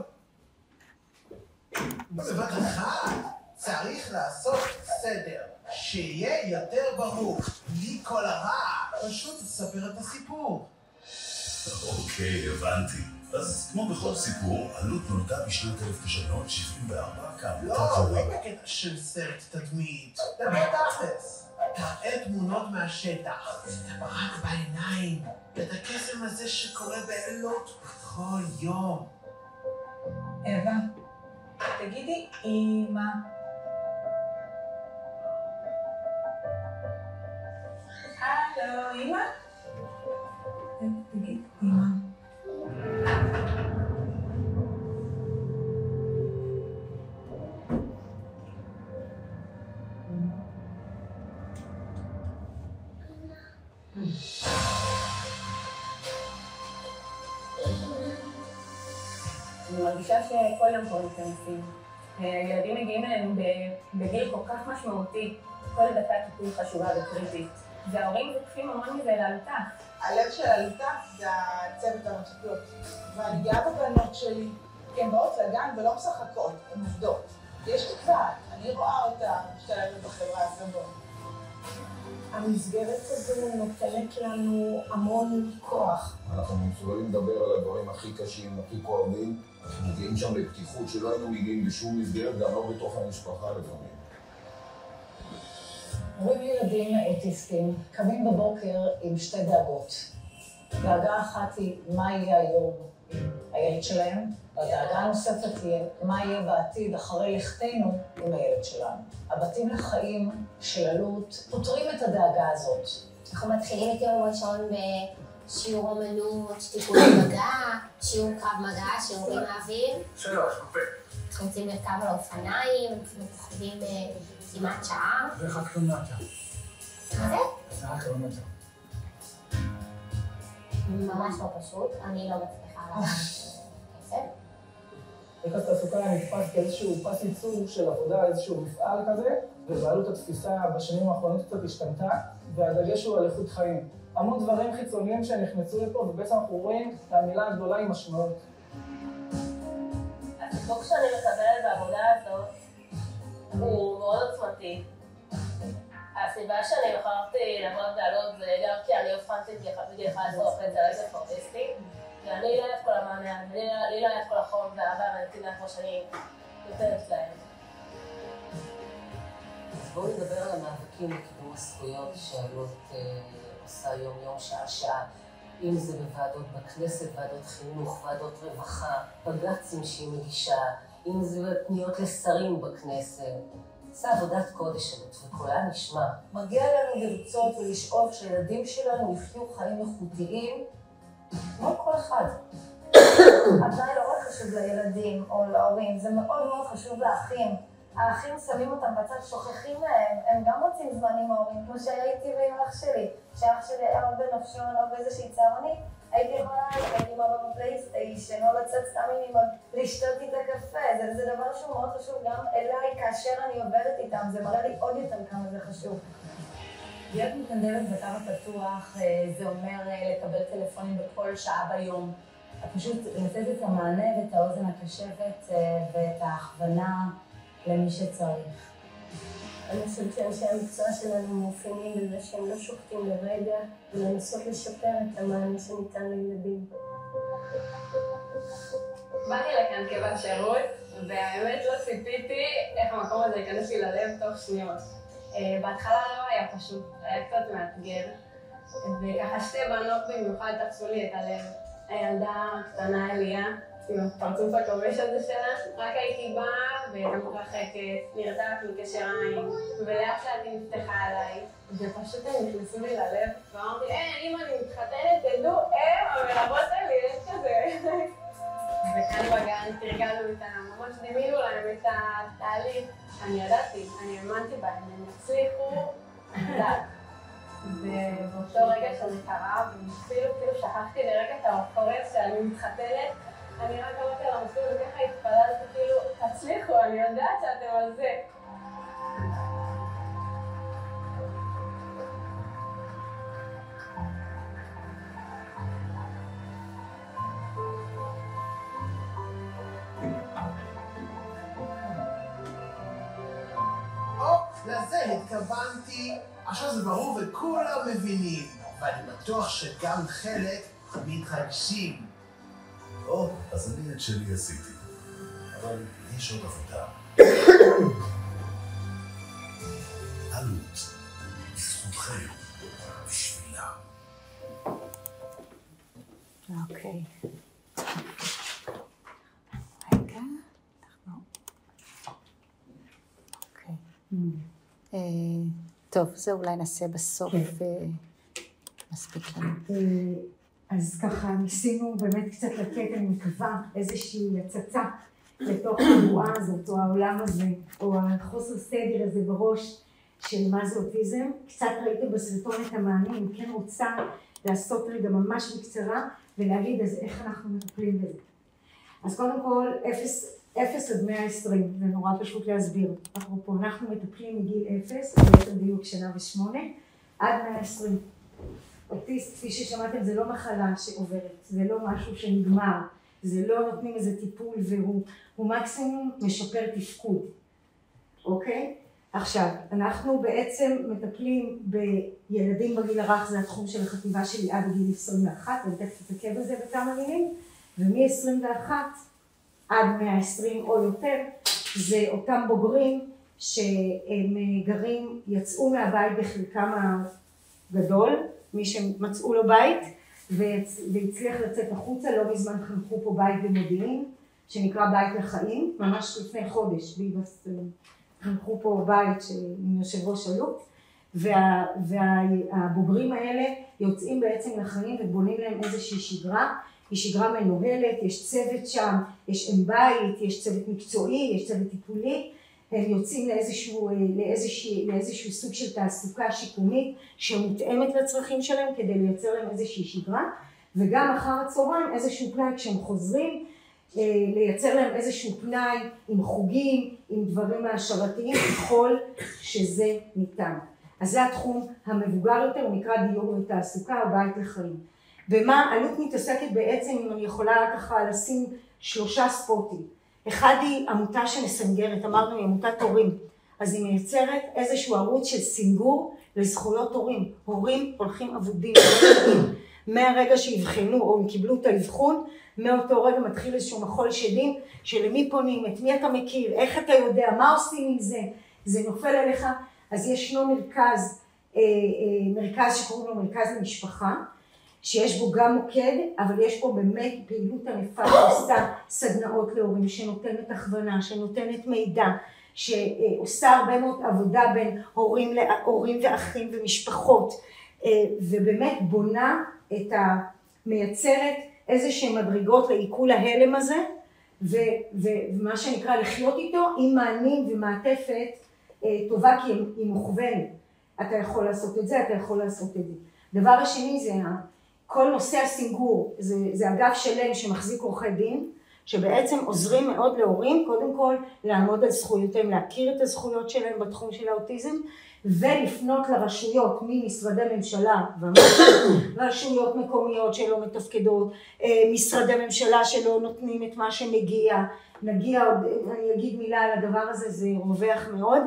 בבת אחת צריך לעשות סדר. שיהיה יותר ברור, בלי כל הרע. פשוט תספר את הסיפור. אוקיי, הבנתי. אז כמו בכל סיפור, עלות נולדה בשנת אלף תשע מאות שבעים וארבע כעמותת לא, לא בקטע של סרט תדמית. דבר תכלס. תראה תמונות מהשטח. תברק בעיניים. את הקסם הזה שקורה בעלות בכל יום. אווה, תגידי, אמא. הלו, אמא? תגיד, אמא. אני מרגישה שכל יום קוראים כנסים. ילדים מגיעים אלינו בגיל כל כך משמעותי. כל דקה טיפול חשובה וקריטית. וההורים זוקפים המון מזה לעלותה. הלב של עלותה זה הצוות המטפלות. ואני גאה בבנות שלי, כי הן באות לגן ולא משחקות, הן עובדות. יש תקווה, אני רואה אותה משתלבת בחברה הזאת. המסגרת הזו נותנת לנו המון כוח. אנחנו מסוגלים לדבר על הדברים הכי קשים, הכי כואבים, אנחנו מגיעים שם לפתיחות שלא היינו מגיעים בשום מסגרת, גם לא בתוך המשפחה לפעמים. הורים לילדים אוטיסטים קמים בבוקר עם שתי דאגות. דאגה אחת היא מה יהיה היום עם הילד שלהם, והדאגה הנוספת היא מה יהיה בעתיד אחרי לכתנו עם הילד שלנו. הבתים לחיים של אלו"ט פותרים את הדאגה הזאת. אנחנו מתחילים את יום ראשון בשיעור אומנות, טיפול מגע, שיעור קרב מגע, שיעורים מהאוויר. שלוש, קופא. אנחנו יוצאים לרכב על האופניים, אנחנו פוחדים כמעט שעה. זה רק קילומטר. מה זה? זה רק קילומטר. ממש לא פשוט, אני לא מצליחה לעבוד כסף. מרכז תעסוקה נתפס כאיזשהו פס ייצור של עבודה, איזשהו מפעל כזה, ובעלות התפיסה בשנים האחרונות קצת השתנתה, והדגש הוא על איכות חיים. המון דברים חיצוניים שנכנסו לפה, ובעצם אנחנו רואים שהמילה הגדולה היא משמעות. הסיפוק שאני מקבלת בעבודה הזאת הוא מאוד עוצמתי. הסיבה שאני בחרתי לעבוד בעלות זה גם כי אני אובחנתי בגיל אחד עשרה וחצי על רצף אוטיסטי, ואני לא יודעת כל המענה, לי לא יודעת כל החום והאהבה והנתינה כמו שאני נותנת להם. אז בואו נדבר על המאבקים לקידום הזכויות שאלו"ט עושה יום-יום, שעה-שעה. אם זה בוועדות בכנסת, ועדות חינוך, ועדות רווחה, בג"צים שהיא מגישה, אם זה בפניות לשרים בכנסת. זה עבודת קודש שלנו, וקולה נשמע. מגיע לנו לרצות ולשאוף שהילדים שלנו יחיו חיים איכותיים, כמו כל אחד. התנאי לא רק חשוב לילדים או להורים, זה מאוד מאוד חשוב לאחים. האחים שמים אותם בצד, שוכחים מהם, הם גם רוצים זמן עם ההורים, כמו שהייתי ועם אח שלי. כשאח שלי היה עוד בנפשון או באיזושהי צהרונית, הייתי יכולה להיות עם אבא בפלייסטיישן, או לצאת סתם עם אמא, לשתות איתה קפה. זה, זה דבר שהוא מאוד חשוב גם אליי, כאשר אני עובדת איתם, זה מראה לי עוד יותר כמה זה חשוב. להיות מתנדבת בקו הפתוח, זה אומר לקבל טלפונים בכל שעה ביום. פשוט לתת את המענה ואת האוזן הקשבת ואת ההכוונה למי שצריך. אני חושבת שאנשי המקצוע שלנו מאופיינים בזה שהם לא שוקטים לרגע ולנסות לשפר את המענה שניתן לילדים. באתי לכאן כבת שירות, והאמת לא ציפיתי איך המקום הזה ייכנס לי ללב תוך שניות. בהתחלה לא היה פשוט, היה קצת מאתגר, וככה שתי בנות במיוחד תפסו לי את הלב. הילדה הקטנה אליה, עם הפרצוף הכובש הזה שלה, רק הייתי באה והייתה מתרחקת, נרתעת מקשר עין, ולאט לאט היא נפתחה עליי, ופשוט הם נכנסו לי ללב, ואמרתי, אה, אם אני מתחתנת, תדעו, הם המלוות האלה, יש כזה. וכאן בגן תרגלנו איתם, ממש דימינו להם את התהליך. אני ידעתי, אני האמנתי בהם, הם הצליחו, אני יודעת. ובאותו רגע שזה קרה, ואפילו כאילו שכחתי לרגע את האופוריה שאני מתחתנת, אני רק אמרתי על המסלול וככה התפללתי, כאילו, תצליחו, אני יודעת שאתם על זה. או, לזה התכוונתי, עכשיו זה ברור וכולם מבינים, ואני בטוח שגם חלק מתרגשים. טוב, אז אני את שלי עשיתי, אבל יש עוד עבודה. אלו"ט, בזכותכם, בשבילה. אוקיי. רגע, אנחנו... אוקיי. טוב, זה אולי נעשה בסוף, מספיק לנו. אז ככה ניסינו באמת קצת לתת, אני מקווה, איזושהי הצצה לתוך הבועה הזאת, או העולם הזה, או החוסר סדר הזה בראש של מה זה אוטיזם. קצת ראיתם בסרטון את המענים, אני כן רוצה לעשות רגע ממש בקצרה, ולהגיד אז איך אנחנו מטפלים בזה. אז קודם כל, אפס עד מאה ועשרים, זה נורא פשוט להסביר. אנחנו פה, אנחנו מטפלים מגיל אפס, בעצם דיוק שנה ושמונה, עד מאה ועשרים. אוטיסט, כפי ששמעתם, זה לא מחלה שעוברת, זה לא משהו שנגמר, זה לא נותנים איזה טיפול והוא הוא מקסימום משפר תפקוד, אוקיי? עכשיו, אנחנו בעצם מטפלים בילדים בגיל הרך, זה התחום של החטיבה שלי עד בגיל עשרים ואחת, ואני תכף אתעכב על זה בכמה מילים, ומ-עשרים ואחת עד מאה ועשרים או יותר, זה אותם בוגרים שהם גרים, יצאו מהבית בחלקם הגדול, מי שמצאו לו בית, והצליח לצאת החוצה. לא בזמן חנכו פה בית במודיעין, שנקרא בית לחיים, ממש לפני חודש, ביבס חנכו פה בית עם יושב ראש אלוט, וה, והבוגרים האלה יוצאים בעצם לחיים ובונים להם איזושהי שגרה, היא שגרה מנוהלת, יש צוות שם, יש אם בית, יש צוות מקצועי, יש צוות טיפולי, הם יוצאים לאיזשהו, לאיזשהו, לאיזשהו סוג של תעסוקה שיקומית שמותאמת לצרכים שלהם כדי לייצר להם איזושהי שגרה, וגם אחר הצהריים איזשהו פנאי כשהם חוזרים, לייצר להם איזשהו פנאי עם חוגים, עם דברים העשרתיים, ככל שזה ניתן. אז זה התחום המבוגר יותר, הוא נקרא דיור ותעסוקה או בית לחיים. ומה אלוט מתעסקת בעצם, אם אני יכולה ככה לשים שלושה ספוטים. אחד היא עמותה שמסנגרת, אמרנו היא עמותת הורים, אז היא מייצרת איזשהו ערוץ של סינגור לזכויות הורים. הורים הולכים עבודים, מהרגע שיבחנו או הם קיבלו את האבחון, מאותו רגע מתחיל איזשהו מחול שדים, שלמי פונים, את מי אתה מכיר, איך אתה יודע, מה עושים עם זה, זה נופל עליך. אז ישנו מרכז, מרכז שקוראים לו מרכז למשפחה, שיש בו גם מוקד, אבל יש פה באמת פעילות ענפה שעושה סדנאות להורים, שנותנת הכוונה, שנותנת מידע, שעושה הרבה מאוד עבודה בין הורים, להורים ואחים ומשפחות, ובאמת בונה את המייצרת איזה שהן מדרגות לעיכול ההלם הזה, ומה שנקרא לחיות איתו עם מענים ומעטפת טובה, כי היא מוכוונת. אתה יכול לעשות את זה, אתה יכול לעשות את זה. דבר השני זה כל נושא הסינגור, זה, זה אגף שלם שמחזיק עורכי דין, שבעצם עוזרים מאוד להורים, קודם כל לעמוד על זכויותיהם, להכיר את הזכויות שלהם בתחום של האוטיזם, ולפנות לרשויות ממשרדי ממשלה, רשויות מקומיות שלא מתפקדות, משרדי ממשלה שלא נותנים את מה שמגיע, נגיע, אני אגיד מילה על הדבר הזה, זה רווח מאוד,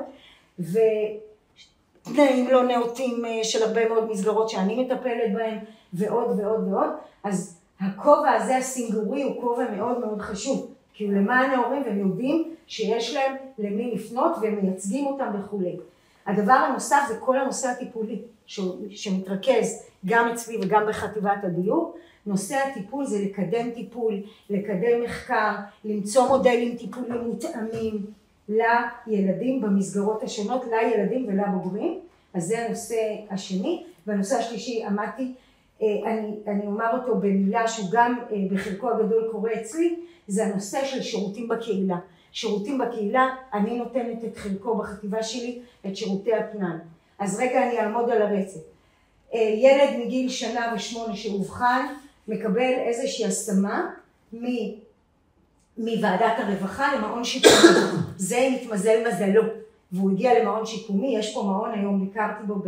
ותנאים לא נאותים של הרבה מאוד מסגרות שאני מטפלת בהן, ועוד ועוד ועוד. אז הכובע הזה הסינגורי הוא כובע מאוד מאוד חשוב, כי הוא למען ההורים והם יודעים שיש להם למי לפנות והם מייצגים אותם וכולי. הדבר הנוסף זה כל הנושא הטיפולי שמתרכז גם אצלי וגם בחטיבת הדיור. נושא הטיפול זה לקדם טיפול, לקדם מחקר, למצוא מודלים טיפולים מותאמים לילדים במסגרות השונות, לילדים ולבוגרים. אז זה הנושא השני. והנושא השלישי, עמדתי, אני, אני אומר אותו במילה שהוא גם בחלקו הגדול קורה אצלי, זה הנושא של שירותים בקהילה. שירותים בקהילה, אני נותנת את חלקו בחטיבה שלי, את שירותי הפנאי. אז רגע אני אעמוד על הרצף. ילד מגיל שנה ושמונה שאובחן, מקבל איזושהי השמה מוועדת הרווחה למעון שיקומי. זה מתמזל מזלו, והוא הגיע למעון שיקומי. יש פה מעון היום, ביקרתי בו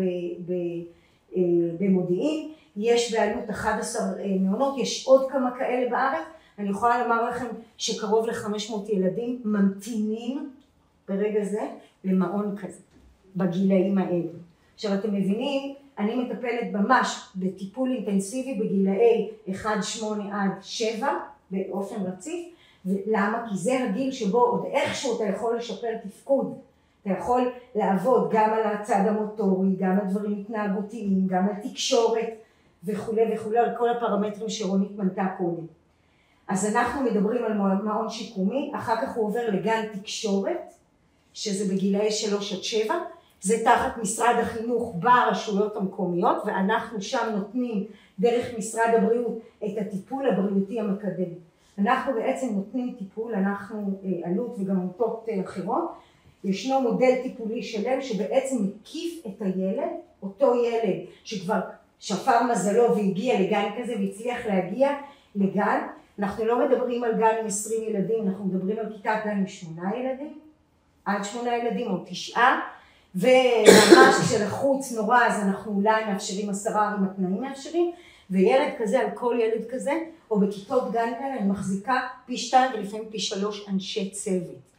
במודיעין, יש בעלות אחד עשר מעונות, יש עוד כמה כאלה בארץ. אני יכולה לומר לכם שקרוב ל-חמש מאות ילדים ממתינים ברגע זה למעון כזה, בגילאים האלה. עכשיו אתם מבינים, אני מטפלת ממש בטיפול אינטנסיבי בגילאי אחת עד שמונה עד שבע באופן רציף. למה? כי זה הגיל שבו עוד איכשהו אתה יכול לשפר תפקוד. אתה יכול לעבוד גם על הצד המוטורי, גם על דברים התנהגותיים, גם על תקשורת וכו' וכו', על כל הפרמטרים שרונית מנתה קודם. אז אנחנו מדברים על מעון שיקומי, אחר כך הוא עובר לגן תקשורת, שזה בגילאי שלוש עד שבע, זה תחת משרד החינוך ברשויות המקומיות, ואנחנו שם נותנים דרך משרד הבריאות את הטיפול הבריאותי המקדם. אנחנו בעצם נותנים טיפול, אנחנו אלוט וגם עמותות אחרות, ישנו מודל טיפולי שלם שבעצם מקיף את הילד, אותו ילד שכבר שפר מזלו והגיע לגן כזה והצליח להגיע לגן. אנחנו לא מדברים על גן עם עשרים ילדים, אנחנו מדברים על כיתת גן עם שמונה ילדים, עד שמונה ילדים או תשעה, וממש כשלחוץ נורא אז אנחנו אולי מאפשרים עשרה עם התנאים מאפשרים, וילד כזה על כל ילד כזה, או בכיתות גן כאלה אני מחזיקה פי שתיים ולפעמים פי שלוש אנשי צוות.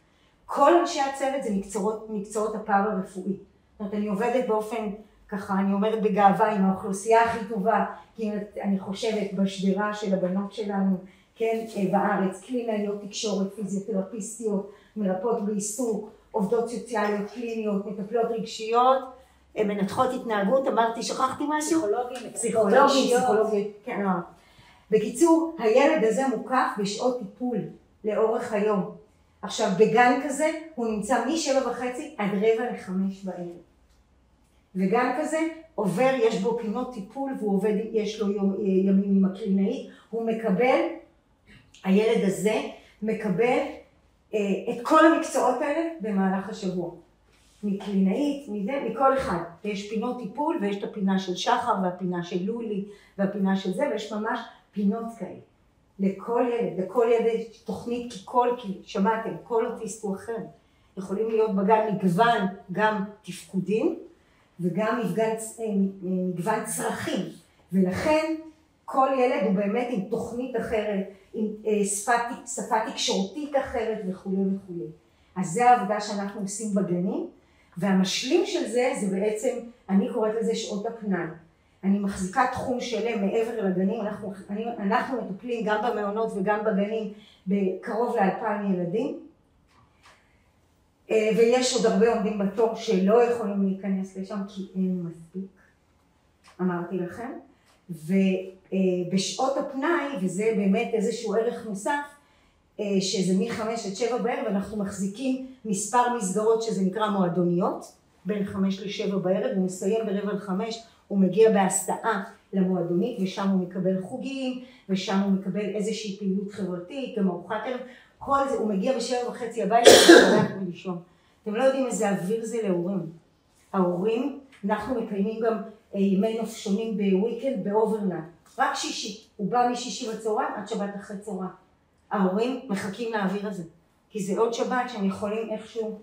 כל אנשי הצוות זה מקצועות, מקצועות הפארה רפואי. זאת אומרת, אני עובדת באופן, ככה, אני אומרת בגאווה, עם האוכלוסייה הכי טובה, כי אני חושבת בשדרה של הבנות שלנו, כן, בארץ, קלינאיות תקשורת, פיזיותרפיסטיות, מרפאות בעיסוק, עובדות סוציאליות, קליניות, מטפלות רגשיות, מנתחות התנהגות, אמרתי, שכחתי משהו? פסיכולוגים, פסיכולוגים, פסיכולוגים, כן, לא. בקיצור, הילד הזה מוקף בשעות טיפול לאורך היום. עכשיו, בגן כזה הוא נמצא משבע וחצי עד רבע לחמש בערב. וגן כזה עובר, יש בו פינות טיפול, והוא עובד, יש לו יום, ימים עם הקלינאית, הוא מקבל, הילד הזה מקבל אה, את כל המקצועות האלה במהלך השבוע. מקלינאית, מזה, מכל אחד. ויש פינות טיפול, ויש את הפינה של שחר, והפינה של לולי, והפינה של זה, ויש ממש פינות כאלה. לכל ילד, לכל ילד תוכנית, כי כל, כי שמעתם, כל אוטיסט הוא אחר. יכולים להיות בגן מגוון גם תפקודים, וגם מגוון, מגוון צרכים. ולכן כל ילד הוא באמת עם תוכנית אחרת, עם שפה, שפה תקשורתית אחרת וכו' וכו'. אז זה העבודה שאנחנו עושים בגנים, והמשלים של זה, זה בעצם, אני קוראת לזה שעות הפנאי. אני מחזיקה תחום שלם מעבר לגנים, אנחנו, אני, אנחנו מטפלים גם במעונות וגם בגנים בקרוב לאלפיים ילדים. ויש עוד הרבה עומדים בתור שלא יכולים להיכנס לשם כי אין מספיק, אמרתי לכם. ובשעות הפנאי, וזה באמת איזשהו ערך נוסף, שזה מחמש עד שבע בערב, אנחנו מחזיקים מספר מסגרות שזה נקרא מועדוניות, בין חמש לשבע בערב, הוא מסיים ברבע לחמש, הוא מגיע בהסתעה למועדונית, ושם הוא מקבל חוגים, ושם הוא מקבל איזושהי פעילות חברתית, גם ארוחת ערב, כל זה, הוא מגיע בשבע וחצי הביתה, והולך ולישון. אתם לא יודעים איזה אוויר זה להורים. ההורים, אנחנו מקיימים גם ימי נופשונים בוויקנד, באוברנאט, רק שישי, הוא בא משישי בצהריים עד שבת אחרי צהריים. ההורים מחכים לאוויר הזה, כי זה עוד שבת שהם יכולים איכשהו.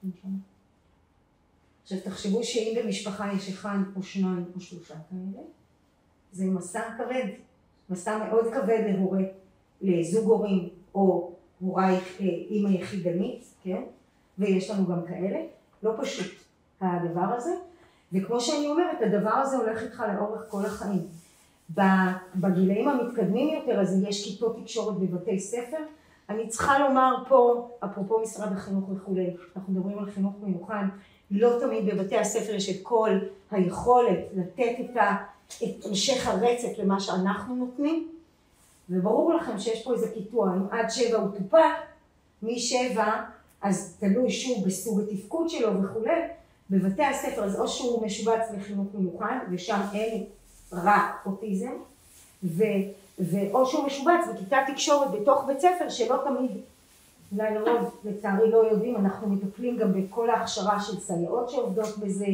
עכשיו תחשבו שאם במשפחה יש אחד או שניים או שלושה כאלה, זה מסע כבד, מסע מאוד כבד להורה, לזוג הורים או הוריי אימא יחידנית, כן? ויש לנו גם כאלה, לא פשוט הדבר הזה, וכמו שאני אומרת, הדבר הזה הולך איתך לאורך כל החיים. בגילאים המתקדמים יותר, אז יש כיתות תקשורת בבתי ספר, אני צריכה לומר פה, אפרופו משרד החינוך וכו', אנחנו מדברים על חינוך מיוחד, לא תמיד בבתי הספר יש את כל היכולת לתת את, ה, את המשך הרצף למה שאנחנו נותנים, וברור לכם שיש פה איזה קיטוע, אם עד שבע הוא טופל, משבע, אז תלוי שוב בסוג התפקוד שלו וכו', בבתי הספר, אז או שהוא משובץ לחינוך מיוחד, ושם אין רק אוטיזם, ו, ואו שהוא משובץ בכיתת תקשורת בתוך בית ספר, שלא תמיד, אולי לרוב, לצערי לא יודעים, אנחנו מטפלים גם בכל ההכשרה של סייעות שעובדות בזה,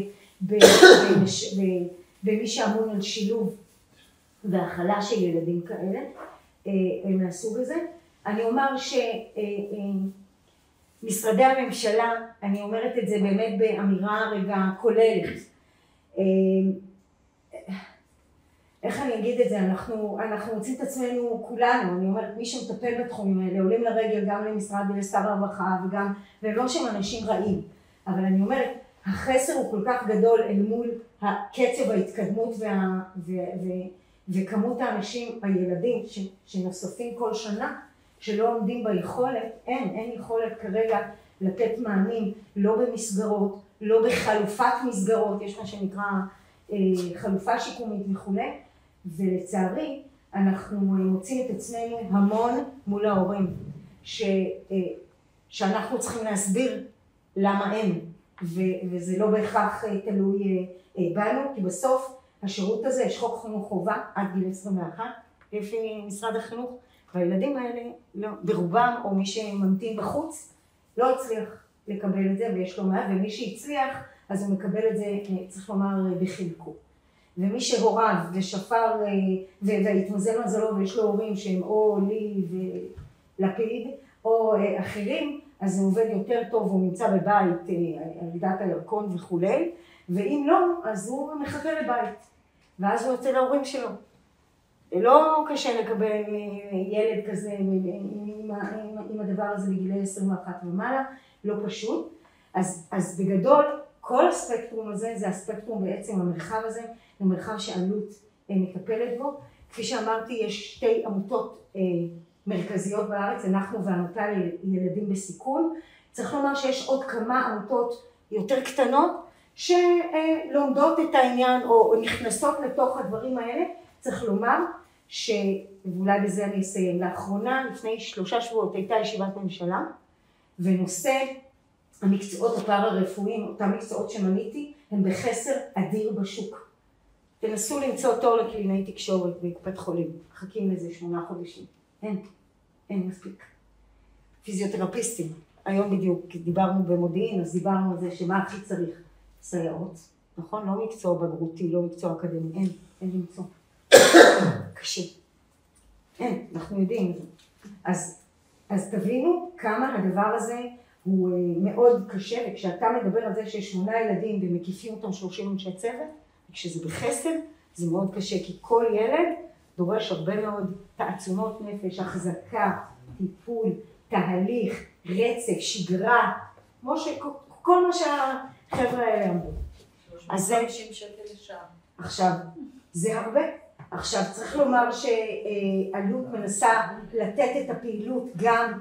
במי שאמון על שילוב והכלה של ילדים כאלה, מהסוג הזה. אני אומר שמשרדי הממשלה, אני אומרת את זה באמת באמירה רגע כוללת, איך אני אגיד את זה, אנחנו, אנחנו רוצים את עצמנו כולנו, אני אומרת, מי שמטפל בתחומים האלה, עולים לרגל גם למשרד ולשר הרווחה וגם, והם לא שהם אנשים רעים, אבל אני אומרת, החסר הוא כל כך גדול אל מול הקצב ההתקדמות וה, ו, ו, וכמות האנשים, הילדים ש, שנוספים כל שנה, שלא עומדים ביכולת, אין, אין יכולת כרגע לתת מענים, לא במסגרות, לא בחלופת מסגרות, יש מה שנקרא אה, חלופה שיקומית וכו'. ולצערי, אנחנו מוצאים את עצמנו המון מול ההורים, ש, אה, שאנחנו צריכים להסביר למה אין, ו, וזה לא בהכרח אה, תלוי אה, בנו, כי בסוף השירות הזה, יש חוק חינוך חובה עד גיל עשרים ואחת, לפי משרד החינוך, והילדים האלה, לא, ברובם, או מי שממתין בחוץ, לא הצליח לקבל את זה, ויש לו מעט, ומי שהצליח, אז הוא מקבל את זה, צריך לומר, בחלקו. ומי שהוריו ושפר, והתמזל מזלו, ויש לו הורים שהם או לי ולפיד, או אחרים, אז הוא עובד יותר טוב, הוא נמצא בבית, על דת הירקון וכו', ואם לא, אז הוא מחכה לבית, ואז הוא יוצא להורים שלו. לא קשה לקבל ילד כזה עם, עם, עם, עם הדבר הזה בגילי עשרים ואחת ומעלה, לא פשוט. אז, אז בגדול, כל הספקטרום הזה, זה הספקטרום בעצם, המרחב הזה, הוא מרחב שעלות מטפלת בו. כפי שאמרתי, יש שתי עמותות אה, מרכזיות בארץ, אנחנו והעמותה לילדים בסיכון. צריך לומר שיש עוד כמה עמותות יותר קטנות, שלומדות את העניין או נכנסות לתוך הדברים האלה. צריך לומר שאולי בזה אני אסיים. לאחרונה, לפני שלושה שבועות, הייתה ישיבת ממשלה, ונושא המקצועות הפארה-רפואיים, אותם מקצועות שמניתי, הם בחסר אדיר בשוק. תנסו למצוא תור לקלינאי תקשורת בקופת חולים, מחכים לזה שמונה חודשים. אין, אין מספיק. פיזיותרפיסטים, היום בדיוק דיברנו במודיעין, אז דיברנו על זה שמה הכי צריך? סייעות, נכון? לא מקצוע בגרותי, לא מקצוע אקדמי, אין, אין למצוא. קשה. אין, אנחנו יודעים. אז, אז תבינו כמה הדבר הזה הוא מאוד קשה, וכשאתה מדבר על זה שיש שמונה ילדים ומקיפים אותם שלושים אנשי צוות, וכשזה בחסר, זה מאוד קשה, כי כל ילד דורש הרבה מאוד תעצומות נפש, החזקה, טיפול, תהליך, רצף, שגרה, כמו שכל מה שהחבר'ה האלה אמרו. אז זה... חמישים שקל לשעה. עכשיו, זה הרבה. עכשיו, צריך לומר שעלות מנסה לתת את הפעילות גם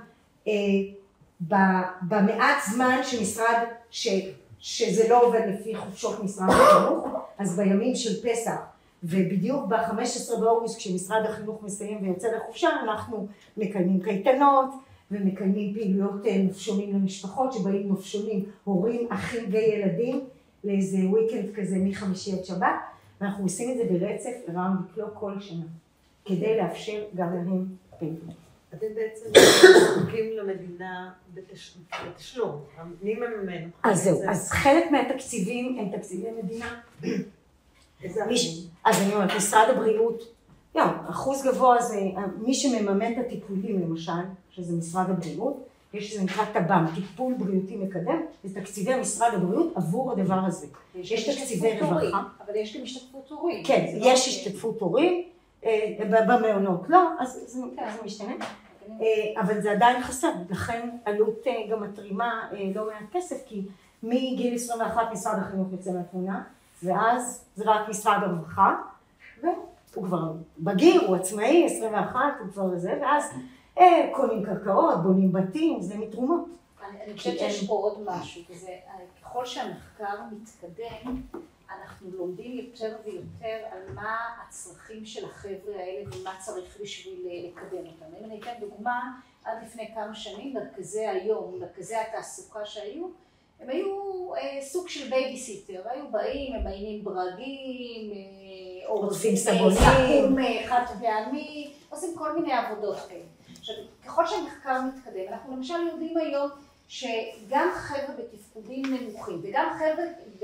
במעט זמן שמשרד, ש, שזה לא עובד לפי חופשות משרד החינוך, אז בימים של פסח, ובדיוק ב-חמישה עשר באוגוסט כשמשרד החינוך מסיים ויוצא לחופשה, אנחנו מקיימים קייטנות ומקיימים פעילויות נופשונים למשפחות, שבאים נופשונים, הורים, אחים וילדים, לאיזה וויקנד כזה מחמישי עד שבת, ואנחנו עושים את זה ברצף לרעם בקלו כל שנה, כדי לאפשר גם להם פעילות. אתם בעצם זקוקים למדינה בתשלום, מי מממן? אז זהו, אז חלק מהתקציבים הם תקציבי מדינה. אז אני אומרת, משרד הבריאות, לא, אחוז גבוה זה מי שמממן את הטיפולים למשל, שזה משרד הבריאות, יש שזה נקרא טב"ם, טיפול בריאותי מקדם, זה תקציבי משרד הבריאות עבור הדבר הזה. יש תקציבי רווחה. אבל יש גם השתתפות הורים. כן, יש השתתפות הורים, במעונות לא, אז זה משתנה. אבל זה עדיין חסר, לכן עלות גם מתרימה לא מעט כסף, כי מגיל עשרים ואחת משרד החינוך יוצא מהתמונה, ואז זה רק משרד הרווחה, והוא כבר בגיר, הוא עצמאי, עשרים ואחת, הוא כבר זה, ואז קונים קרקעות, בונים בתים, זה מתרומות. אני חושבת שיש פה עוד משהו, וזה ככל שהמחקר מתקדם, אנחנו לומדים יותר ויותר על מה הצרכים של החבר'ה האלה ומה צריך בשביל לקדם אותם. אם אני אתן דוגמה, עד לפני כמה שנים, מרכזי היום, מרכזי התעסוקה שהיו, הם היו אה, סוג של בייביסיטר, היו באים, הם היינים ברגים, אה, עושים סבונים, סכום חד פעמי, עושים כל מיני עבודות כאלה. עכשיו, ככל שהמחקר מתקדם, אנחנו למשל יודעים היום שגם חבר'ה בתפקודים נמוכים וגם חבר'ה ב...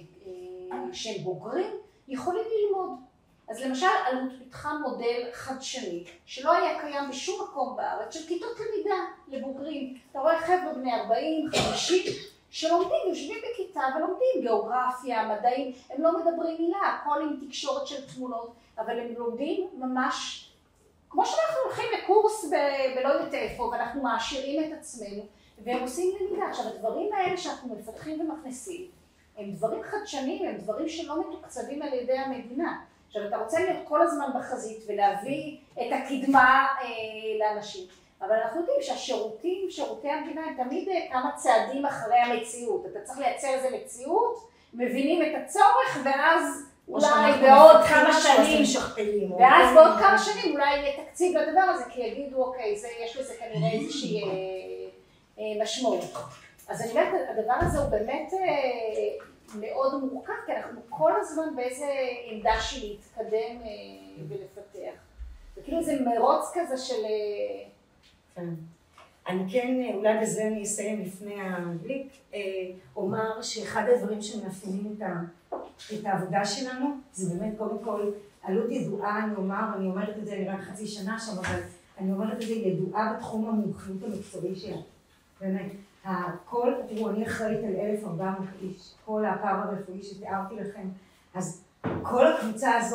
שהם בוגרים, יכולים ללמוד. אז למשל, אלו"ט פיתחה מודל חדשני, שלא היה קיים בשום מקום בארץ, של כיתות למידה לבוגרים. אתה רואה חבר'ה בני ארבעים, חמישים, שלומדים, יושבים בכיתה ולומדים גיאוגרפיה, מדעים, הם לא מדברים מילה, הכל עם תקשורת של תמונות, אבל הם לומדים ממש, כמו שאנחנו הולכים לקורס ב- בלא יודעת איפה, ואנחנו מעשירים את עצמנו, והם עושים למידה. עכשיו, הדברים האלה שאנחנו מפתחים ומכניסים, הם דברים חדשניים, הם דברים שלא מתוקצבים על ידי המדינה. עכשיו, אתה רוצה להיות כל הזמן בחזית ולהביא את הקדמה אה, לאנשים. אבל אנחנו יודעים שהשירותים, שירותי המדינה, הם תמיד כמה צעדים אחרי המציאות. אתה צריך לייצר איזה מציאות, מבינים את הצורך, ואז אולי בעוד כמה שנים, ואז בעוד כמה שנים אולי יהיה תקציב לדבר הזה, כי יגידו, אוקיי, זה, יש לזה כנראה איזושהי אה, אה, משמעות. אז אני אומרת, הדבר הזה הוא באמת אה, מאוד מורכב, כי אנחנו כל הזמן באיזה עמדה של להתקדם אה, ולפתח. וכאילו זה מרוץ כזה של... אה... כן. אני כן, אולי בזה אני אסיים לפני האנגלית, אה, אומר שאחד הדברים שמאפיינים את, ה, את העבודה שלנו, זה באמת קודם כל, עלות ידועה, אני אומר, אני אומרת את זה רק חצי שנה שם, אבל אני אומרת את זה ידועה בתחום המומחיות המקצועי שלה. באמת. הכל, תראו, אני אחראית על אלף וארבע מאות איש, כל הפארה הרפואי שתיארתי לכם, אז כל הקבוצה הזאת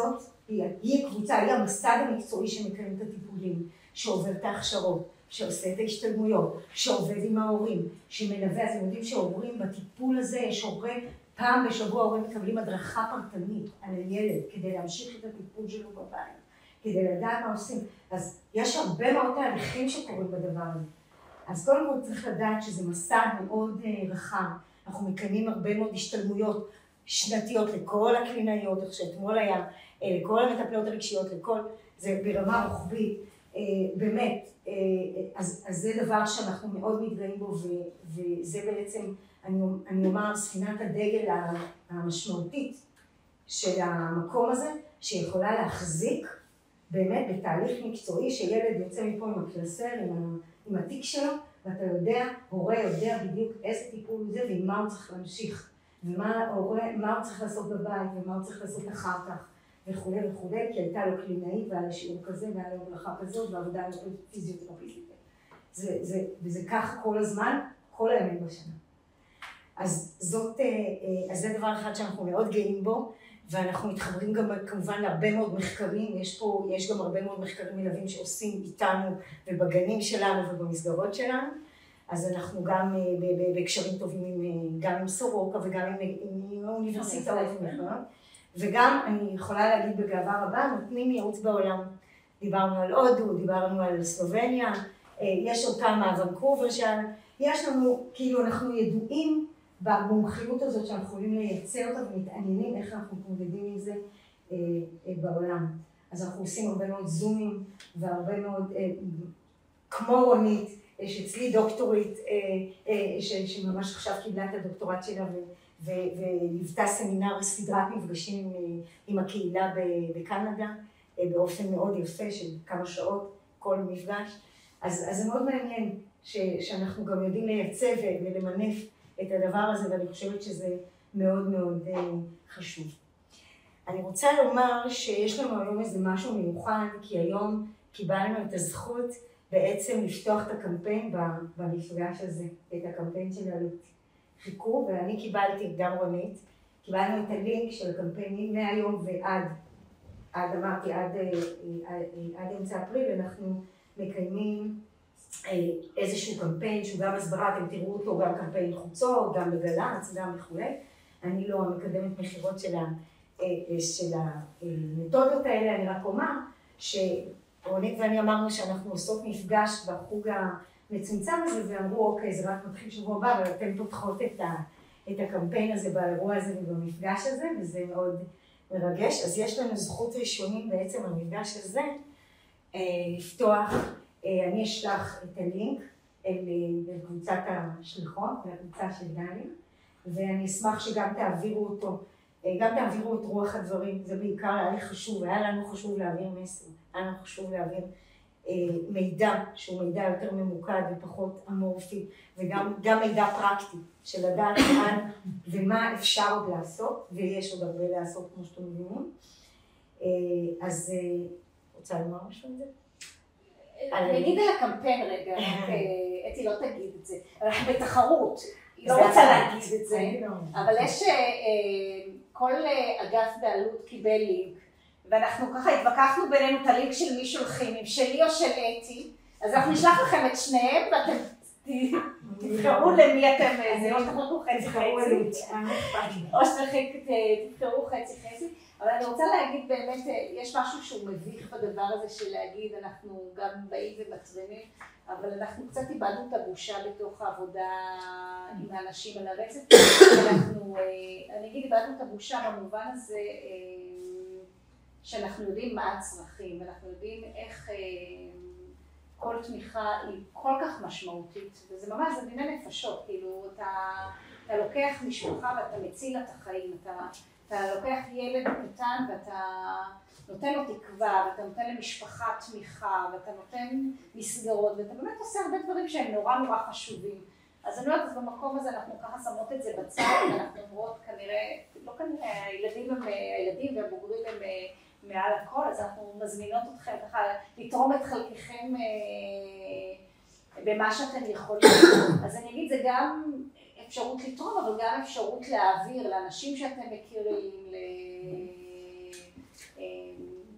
היא, היא הקבוצה, היא המסד המקצועי שמקיים את הטיפולים, שעובר את ההכשרות, שעושה את ההשתלמויות, שעובד עם ההורים, שמלווה. אז הם יודעים שההורים בטיפול הזה, יש הורה, פעם בשבוע ההורים מקבלים הדרכה פרטנית על הילד, כדי להמשיך את הטיפול שלו בבית, כדי לדעת מה עושים. אז יש הרבה מאוד תהליכים שקורים בדבר הזה. אז קודם כל צריך לדעת שזה מסד מאוד רחב. אנחנו מקיימים הרבה מאוד השתלמויות שנתיות לכל הקלינאיות, איך שאתמול היה, לכל המטפלות הרגשיות, לכל, זה ברמה רוחבית, באמת. אז, אז זה דבר שאנחנו מאוד מתגאים בו, ו, וזה בעצם, אני, אני אומר, ספינת הדגל המשמעותית של המקום הזה, שיכולה להחזיק באמת בתהליך מקצועי, שילד יוצא מפה עם הקלסר, עם, עם התיק שלו, ואתה יודע, הורה יודע בדיוק איזה טיפול זה ועם מה הוא צריך להמשיך, ומה הורה, מה הוא צריך לעשות בבית ומה הוא צריך לעשות אחר כך וכו' וכו', כי הייתה לו קלינאית והיה לו שיעור כזה והיה לו ברכה כזאת ועבודה פיזיותרפיסטית. זה, זה, וזה ככה כל הזמן, כל הימים בשנה. אז זאת, אז זה דבר אחד שאנחנו מאוד גאים בו, ואנחנו מתחברים גם כמובן להרבה מאוד מחקרים. יש פה, יש גם הרבה מאוד מחקרים מלווים שעושים איתנו ובגנים שלנו ובמסגרות שלנו. אז אנחנו גם בקשרים טובים גם עם סורוקה וגם עם האוניברסיטאות ומכללות. וגם אני יכולה להגיד בגאווה רבה, נותנים ייעוץ בעולם. דיברנו על הודו, דיברנו על סלובניה, יש עוד כמה ונקובר שם. יש לנו, כאילו אנחנו ידועים במומחיות הזאת שאנחנו יכולים לייצר אותה ומתעניינים איך אנחנו מתמודדים עם זה אה, אה, בעולם. אז אנחנו עושים הרבה מאוד זומים והרבה מאוד, אה, כמו רונית, אה, שאצלי דוקטורית, אה, אה, ש, שממש עכשיו קיבלה את הדוקטורט שלה וליוותה סמינר סדרת מפגשים עם, עם הקהילה בקנדה, אה, באופן מאוד יפה של כמה שעות כל מפגש. אז, אז זה מאוד מעניין ש, שאנחנו גם יודעים לייצב ולמנף את הדבר הזה, ואני חושבת שזה מאוד מאוד חשוב. אני רוצה לומר שיש לנו היום איזה משהו מיוחד, כי היום קיבלנו את הזכות בעצם לפתוח את הקמפיין במפגש הזה, את הקמפיין של עלות. חיכו, ואני קיבלתי, גם רונית, קיבלנו את הלינק של הקמפיינים מהיום ועד, עד אמרתי, עד, עד אמצע אפריל, אנחנו מקיימים איזשהו קמפיין שהוא גם הסברה, אתם תראו אותו, גם קמפיין חוצות, גם בגל"צ, גם וכו'. אני לא מקדמת מחירות של, ה, של המתודות האלה, אני רק אומר שרונית ואני אמרנו שאנחנו עושות מפגש בחוג המצומצם הזה, ואמרו אוקיי, זה רק מתחיל שבוע הבא, אבל אתן פותחות את, ה, את הקמפיין הזה באירוע הזה ובמפגש הזה, וזה מאוד מרגש. אז יש לנו זכות ראשונים בעצם במפגש הזה, לפתוח. אני אשלח את הלינק לקבוצת השליחות, לקבוצה של דני, ואני אשמח שגם תעבירו אותו, גם תעבירו את רוח הדברים. זה בעיקר היה לי חשוב, היה לנו חשוב להעביר מסר, היה לנו חשוב להעביר מידע שהוא מידע יותר ממוקד ופחות אמורפי, וגם גם מידע פרקטי של לדעת לאן ומה אפשר עוד לעשות, ויש עוד הרבה לעשות כמו שאתם מבינים. אז רוצה לומר משהו על זה? אני אגיד על הקמפיין רגע, אתי לא תגיד את זה, אנחנו בתחרות, היא לא רוצה להגיד את זה, אבל יש, כל אגף בעלות קיבל לינק, ואנחנו ככה התווכחנו בינינו את הלינק של מי שולחים, אם שלי או של אתי, אז אנחנו נשלח לכם את שניהם, ואתם תבחרו למי אתם, זה או שתחלקו חצי חצי, או שתבחרו חצי חצי. אבל אני רוצה להגיד באמת, יש משהו שהוא מביך בדבר הזה של להגיד, אנחנו גם באים ומתרימים, אבל אנחנו קצת איבדנו את הבושה בתוך העבודה עם האנשים על הרצף. אנחנו, אני אגיד, איבדנו את הבושה במובן הזה שאנחנו יודעים מה הצרכים, אנחנו יודעים איך כל תמיכה היא כל כך משמעותית, וזה ממש, זה דיני נפשות, כאילו, אתה, אתה לוקח משפחה ואתה מציל את החיים, אתה... אתה לוקח ילד קטן ואתה נותן לו תקווה, ואתה נותן למשפחה תמיכה, ואתה נותן מסגרות, ואתה באמת עושה הרבה דברים שהם נורא נורא חשובים. אז אני אומרת, במקום הזה אנחנו ככה שמות את זה בצד, ואנחנו אומרות כנראה, לא כנראה, הילדים הם, הילדים והבוגרים הם מעל הכל, אז אנחנו מזמינות אתכם ככה לתרום את חלקכם במה שאתם יכולים. אז אני אגיד, זה גם אפשרות לתרום, אבל גם אפשרות להעביר לאנשים שאתם מכירים,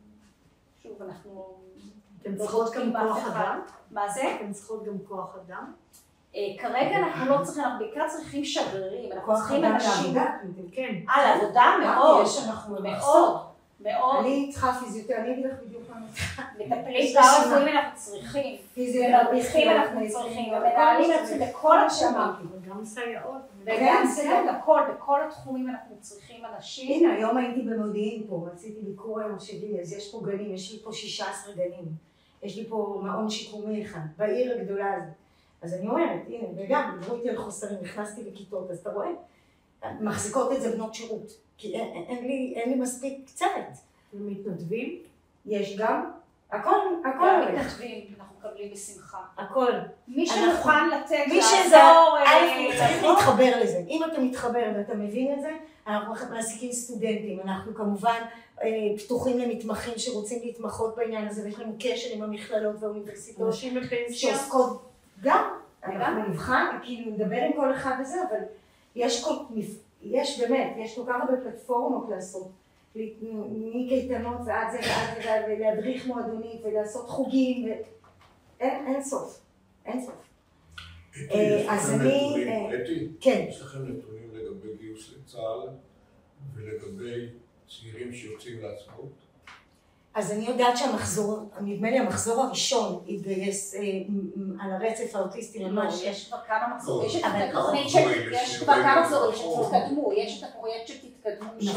שוב, אנחנו... אתם צריכות גם כוח אדם? מה זה? אתם צריכות גם כוח אדם? כרגע אנחנו לא צריכים, אנחנו בעיקר צריכים שגרירים, אנחנו צריכים אנשים... כן. אה, לעבודה מאוד, מאוד, מאוד. אני צריכה פיזיותרפיה, אני אגיד לך בדיוק מה אני צריכה. מטפלים פארה-רפואיים אנחנו צריכים, ומדריכים אנחנו צריכים, ומנהלים אנחנו בכל התחומים. וגם סייעות. וגם סייעות, הכל, בכל התחומים אנחנו צריכים אנשים. הנה, היום הייתי במודיעין פה, רציתי ביקור היום שלי, אז יש פה גנים, יש לי פה שישה עשר גנים. יש לי פה מעון שיקומי אחד, בעיר הגדולה הזאת. אז אני אומרת, הנה, וגם, דיברו איתי על חוסרים, נכנסתי לכיתות, אז אתה רואה, מחזיקות את זה בנות שירות, כי אין, אין, לי, אין לי מספיק קצת. ומתנדבים? יש גם, הכל, הכל הולך. גם מתנדבים, אנחנו מקבלים בשמחה. הכל. מי שמוכן לתת, מי שזה, א', צריך להתחבר לזה. אם אתה מתחבר ואתה מבין את זה, אנחנו מעסיקים סטודנטים, אנחנו כמובן פתוחים למתמחים שרוצים להתמחות בעניין הזה, ויש לנו קשר עם המכללות והאוניברסיטאות. אנשים בפנסיה. שעוסקות גם, אנחנו נבחן, כאילו נדבר עם כל אחד וזה, אבל יש כל, יש באמת, יש כל כך הרבה פלטפורמות לעשות, מקייטנות ועד זה ועד זה, ולהדריך מועדונית ולעשות חוגים, אין סוף, אין סוף. אז אני, כן. יש לכם נתונים לגבי גיוס לצה"ל ולגבי צעירים שיוצאים לעצמאות? אז אני יודעת שהמחזור, נדמה לי המחזור הראשון התגייס על הרצף האוטיסטי ממש. יש כבר כמה מחזורים שתתקדמו, יש כבר כמה מחזורים שתתקדמו, יש את הפרויקט שתתקדמו של...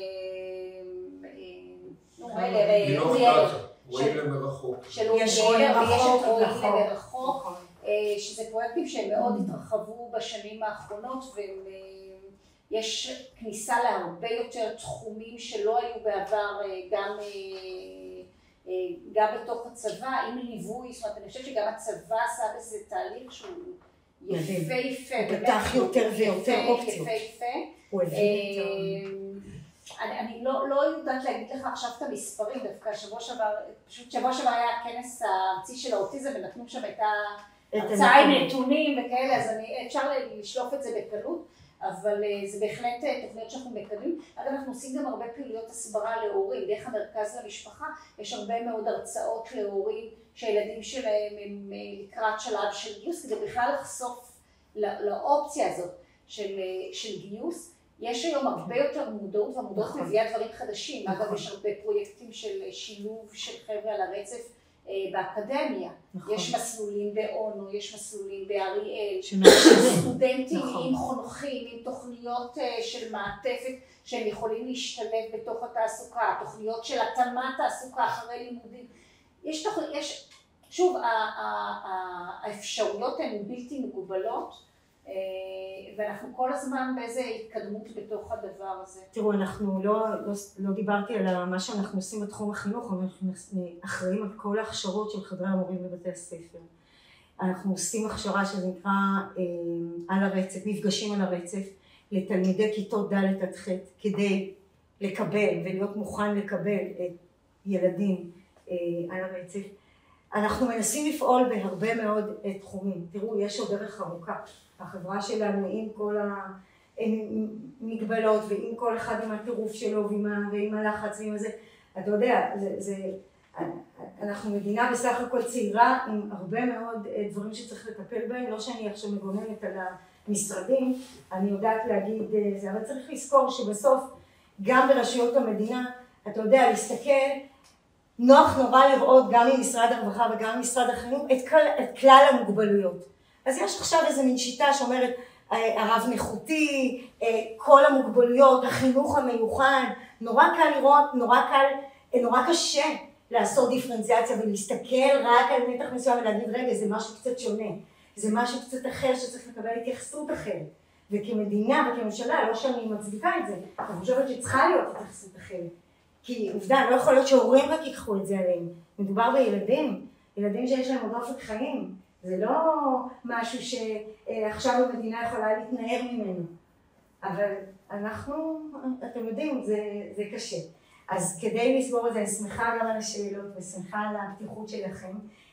רואים למרחוק. של אוריאל, ויש את רואים למרחוק, שזה פרויקטים שהם מאוד התרחבו בשנים האחרונות, ויש כניסה להרבה יותר תחומים שלא היו בעבר גם, גם בתוך הצבא, עם ליווי, זאת אומרת, אני חושבת שגם הצבא עשה בזה תהליך שהוא יפהפה, הוא פתח יותר ויותר אופציות. אני לא יודעת להגיד לך עכשיו את המספרים, דווקא שבוע שעבר, פשוט שבוע שעבר היה הכנס הארצי של האוטיזם, ונתנו שם את ההרצאה עם נתונים וכאלה, אז אפשר לשלוף את זה בקלות. אבל זה בהחלט תוכניות שאנחנו מקדמים. אגב, אנחנו עושים גם הרבה פעילויות הסברה להורים, דרך המרכז למשפחה, יש הרבה מאוד הרצאות להורים שהילדים שלהם הם לקראת שלב של גיוס, כדי בכלל לחשוף לאופציה הזאת של, של גיוס. יש היום הרבה יותר מודעות, והמודעות מביאה דברים חדשים. אגב, יש הרבה פרויקטים של שילוב של חבר'ה על הרצף באקדמיה. יש מסלולים באונו, יש מסלולים באריאל, סטודנטים עם חונכים, עם תוכניות של מעטפת שהם יכולים להשתלב בתוך התעסוקה, תוכניות של התאמת תעסוקה אחרי לימודים. יש תוכניות, יש, שוב, האפשרויות הן בלתי מגובלות, ואנחנו כל הזמן באיזה התקדמות בתוך הדבר הזה. תראו, אנחנו לא, לא, לא דיברתי על מה שאנחנו עושים בתחום החינוך, אבל אנחנו אחראים על כל ההכשרות של חדרי המורים בבתי הספר. אנחנו עושים הכשרה שזה נקרא אה, על הרצף, מפגשים על הרצף, לתלמידי כיתות ד' עד ח', כדי לקבל ולהיות מוכן לקבל את ילדים אה, על הרצף. אנחנו מנסים לפעול בהרבה מאוד תחומים. תראו, יש עוד דרך ארוכה. החברה שלנו עם כל המגבלות ועם כל אחד עם הטירוף שלו ועם הלחץ ועם זה, אתה יודע, זה, זה, אנחנו מדינה בסך הכל צעירה עם הרבה מאוד דברים שצריך לטפל בהם, לא שאני עכשיו מגוננת על המשרדים, אני יודעת להגיד זה, אבל צריך לזכור שבסוף גם ברשויות המדינה, אתה יודע, להסתכל, נוח נורא לראות גם ממשרד הרווחה וגם ממשרד החינוך את כל, את כלל המוגבלויות. אז יש עכשיו איזו מין שיטה שאומרת, הרב נכותי, כל המוגבלויות, החינוך המיוחד, נורא קל לראות, נורא קל, נורא קשה לעשות דיפרנציאציה ולהסתכל רק על נתח מסוים ולהגיד, רגע, זה משהו קצת שונה, זה משהו קצת אחר שצריך לקבל התייחסות אחרת. וכמדינה וכממשלה, לא שאני מצדיקה את זה, אני חושבת שצריכה להיות התייחסות אחרת. כי עובדה, לא יכול להיות שהורים רק ייקחו את זה עליהם. מדובר בילדים, ילדים שיש להם עוד אופק חיים. זה לא משהו שעכשיו המדינה יכולה להתנער ממנו. אבל אנחנו, אתם יודעים, זה, זה קשה. אז כדי לסגור את זה, אני שמחה גם על השאלות ושמחה על הפתיחות שלכם.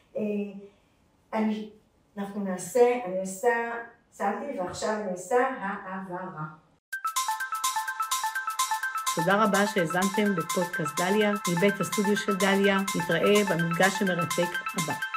אני, אנחנו נעשה, אני עושה, שמתי ועכשיו אני עושה העברה. תודה רבה שהאזנתם בפודקאסט דליה, מבית הסטודיו של דליה. נתראה במפגש המרתק הבא.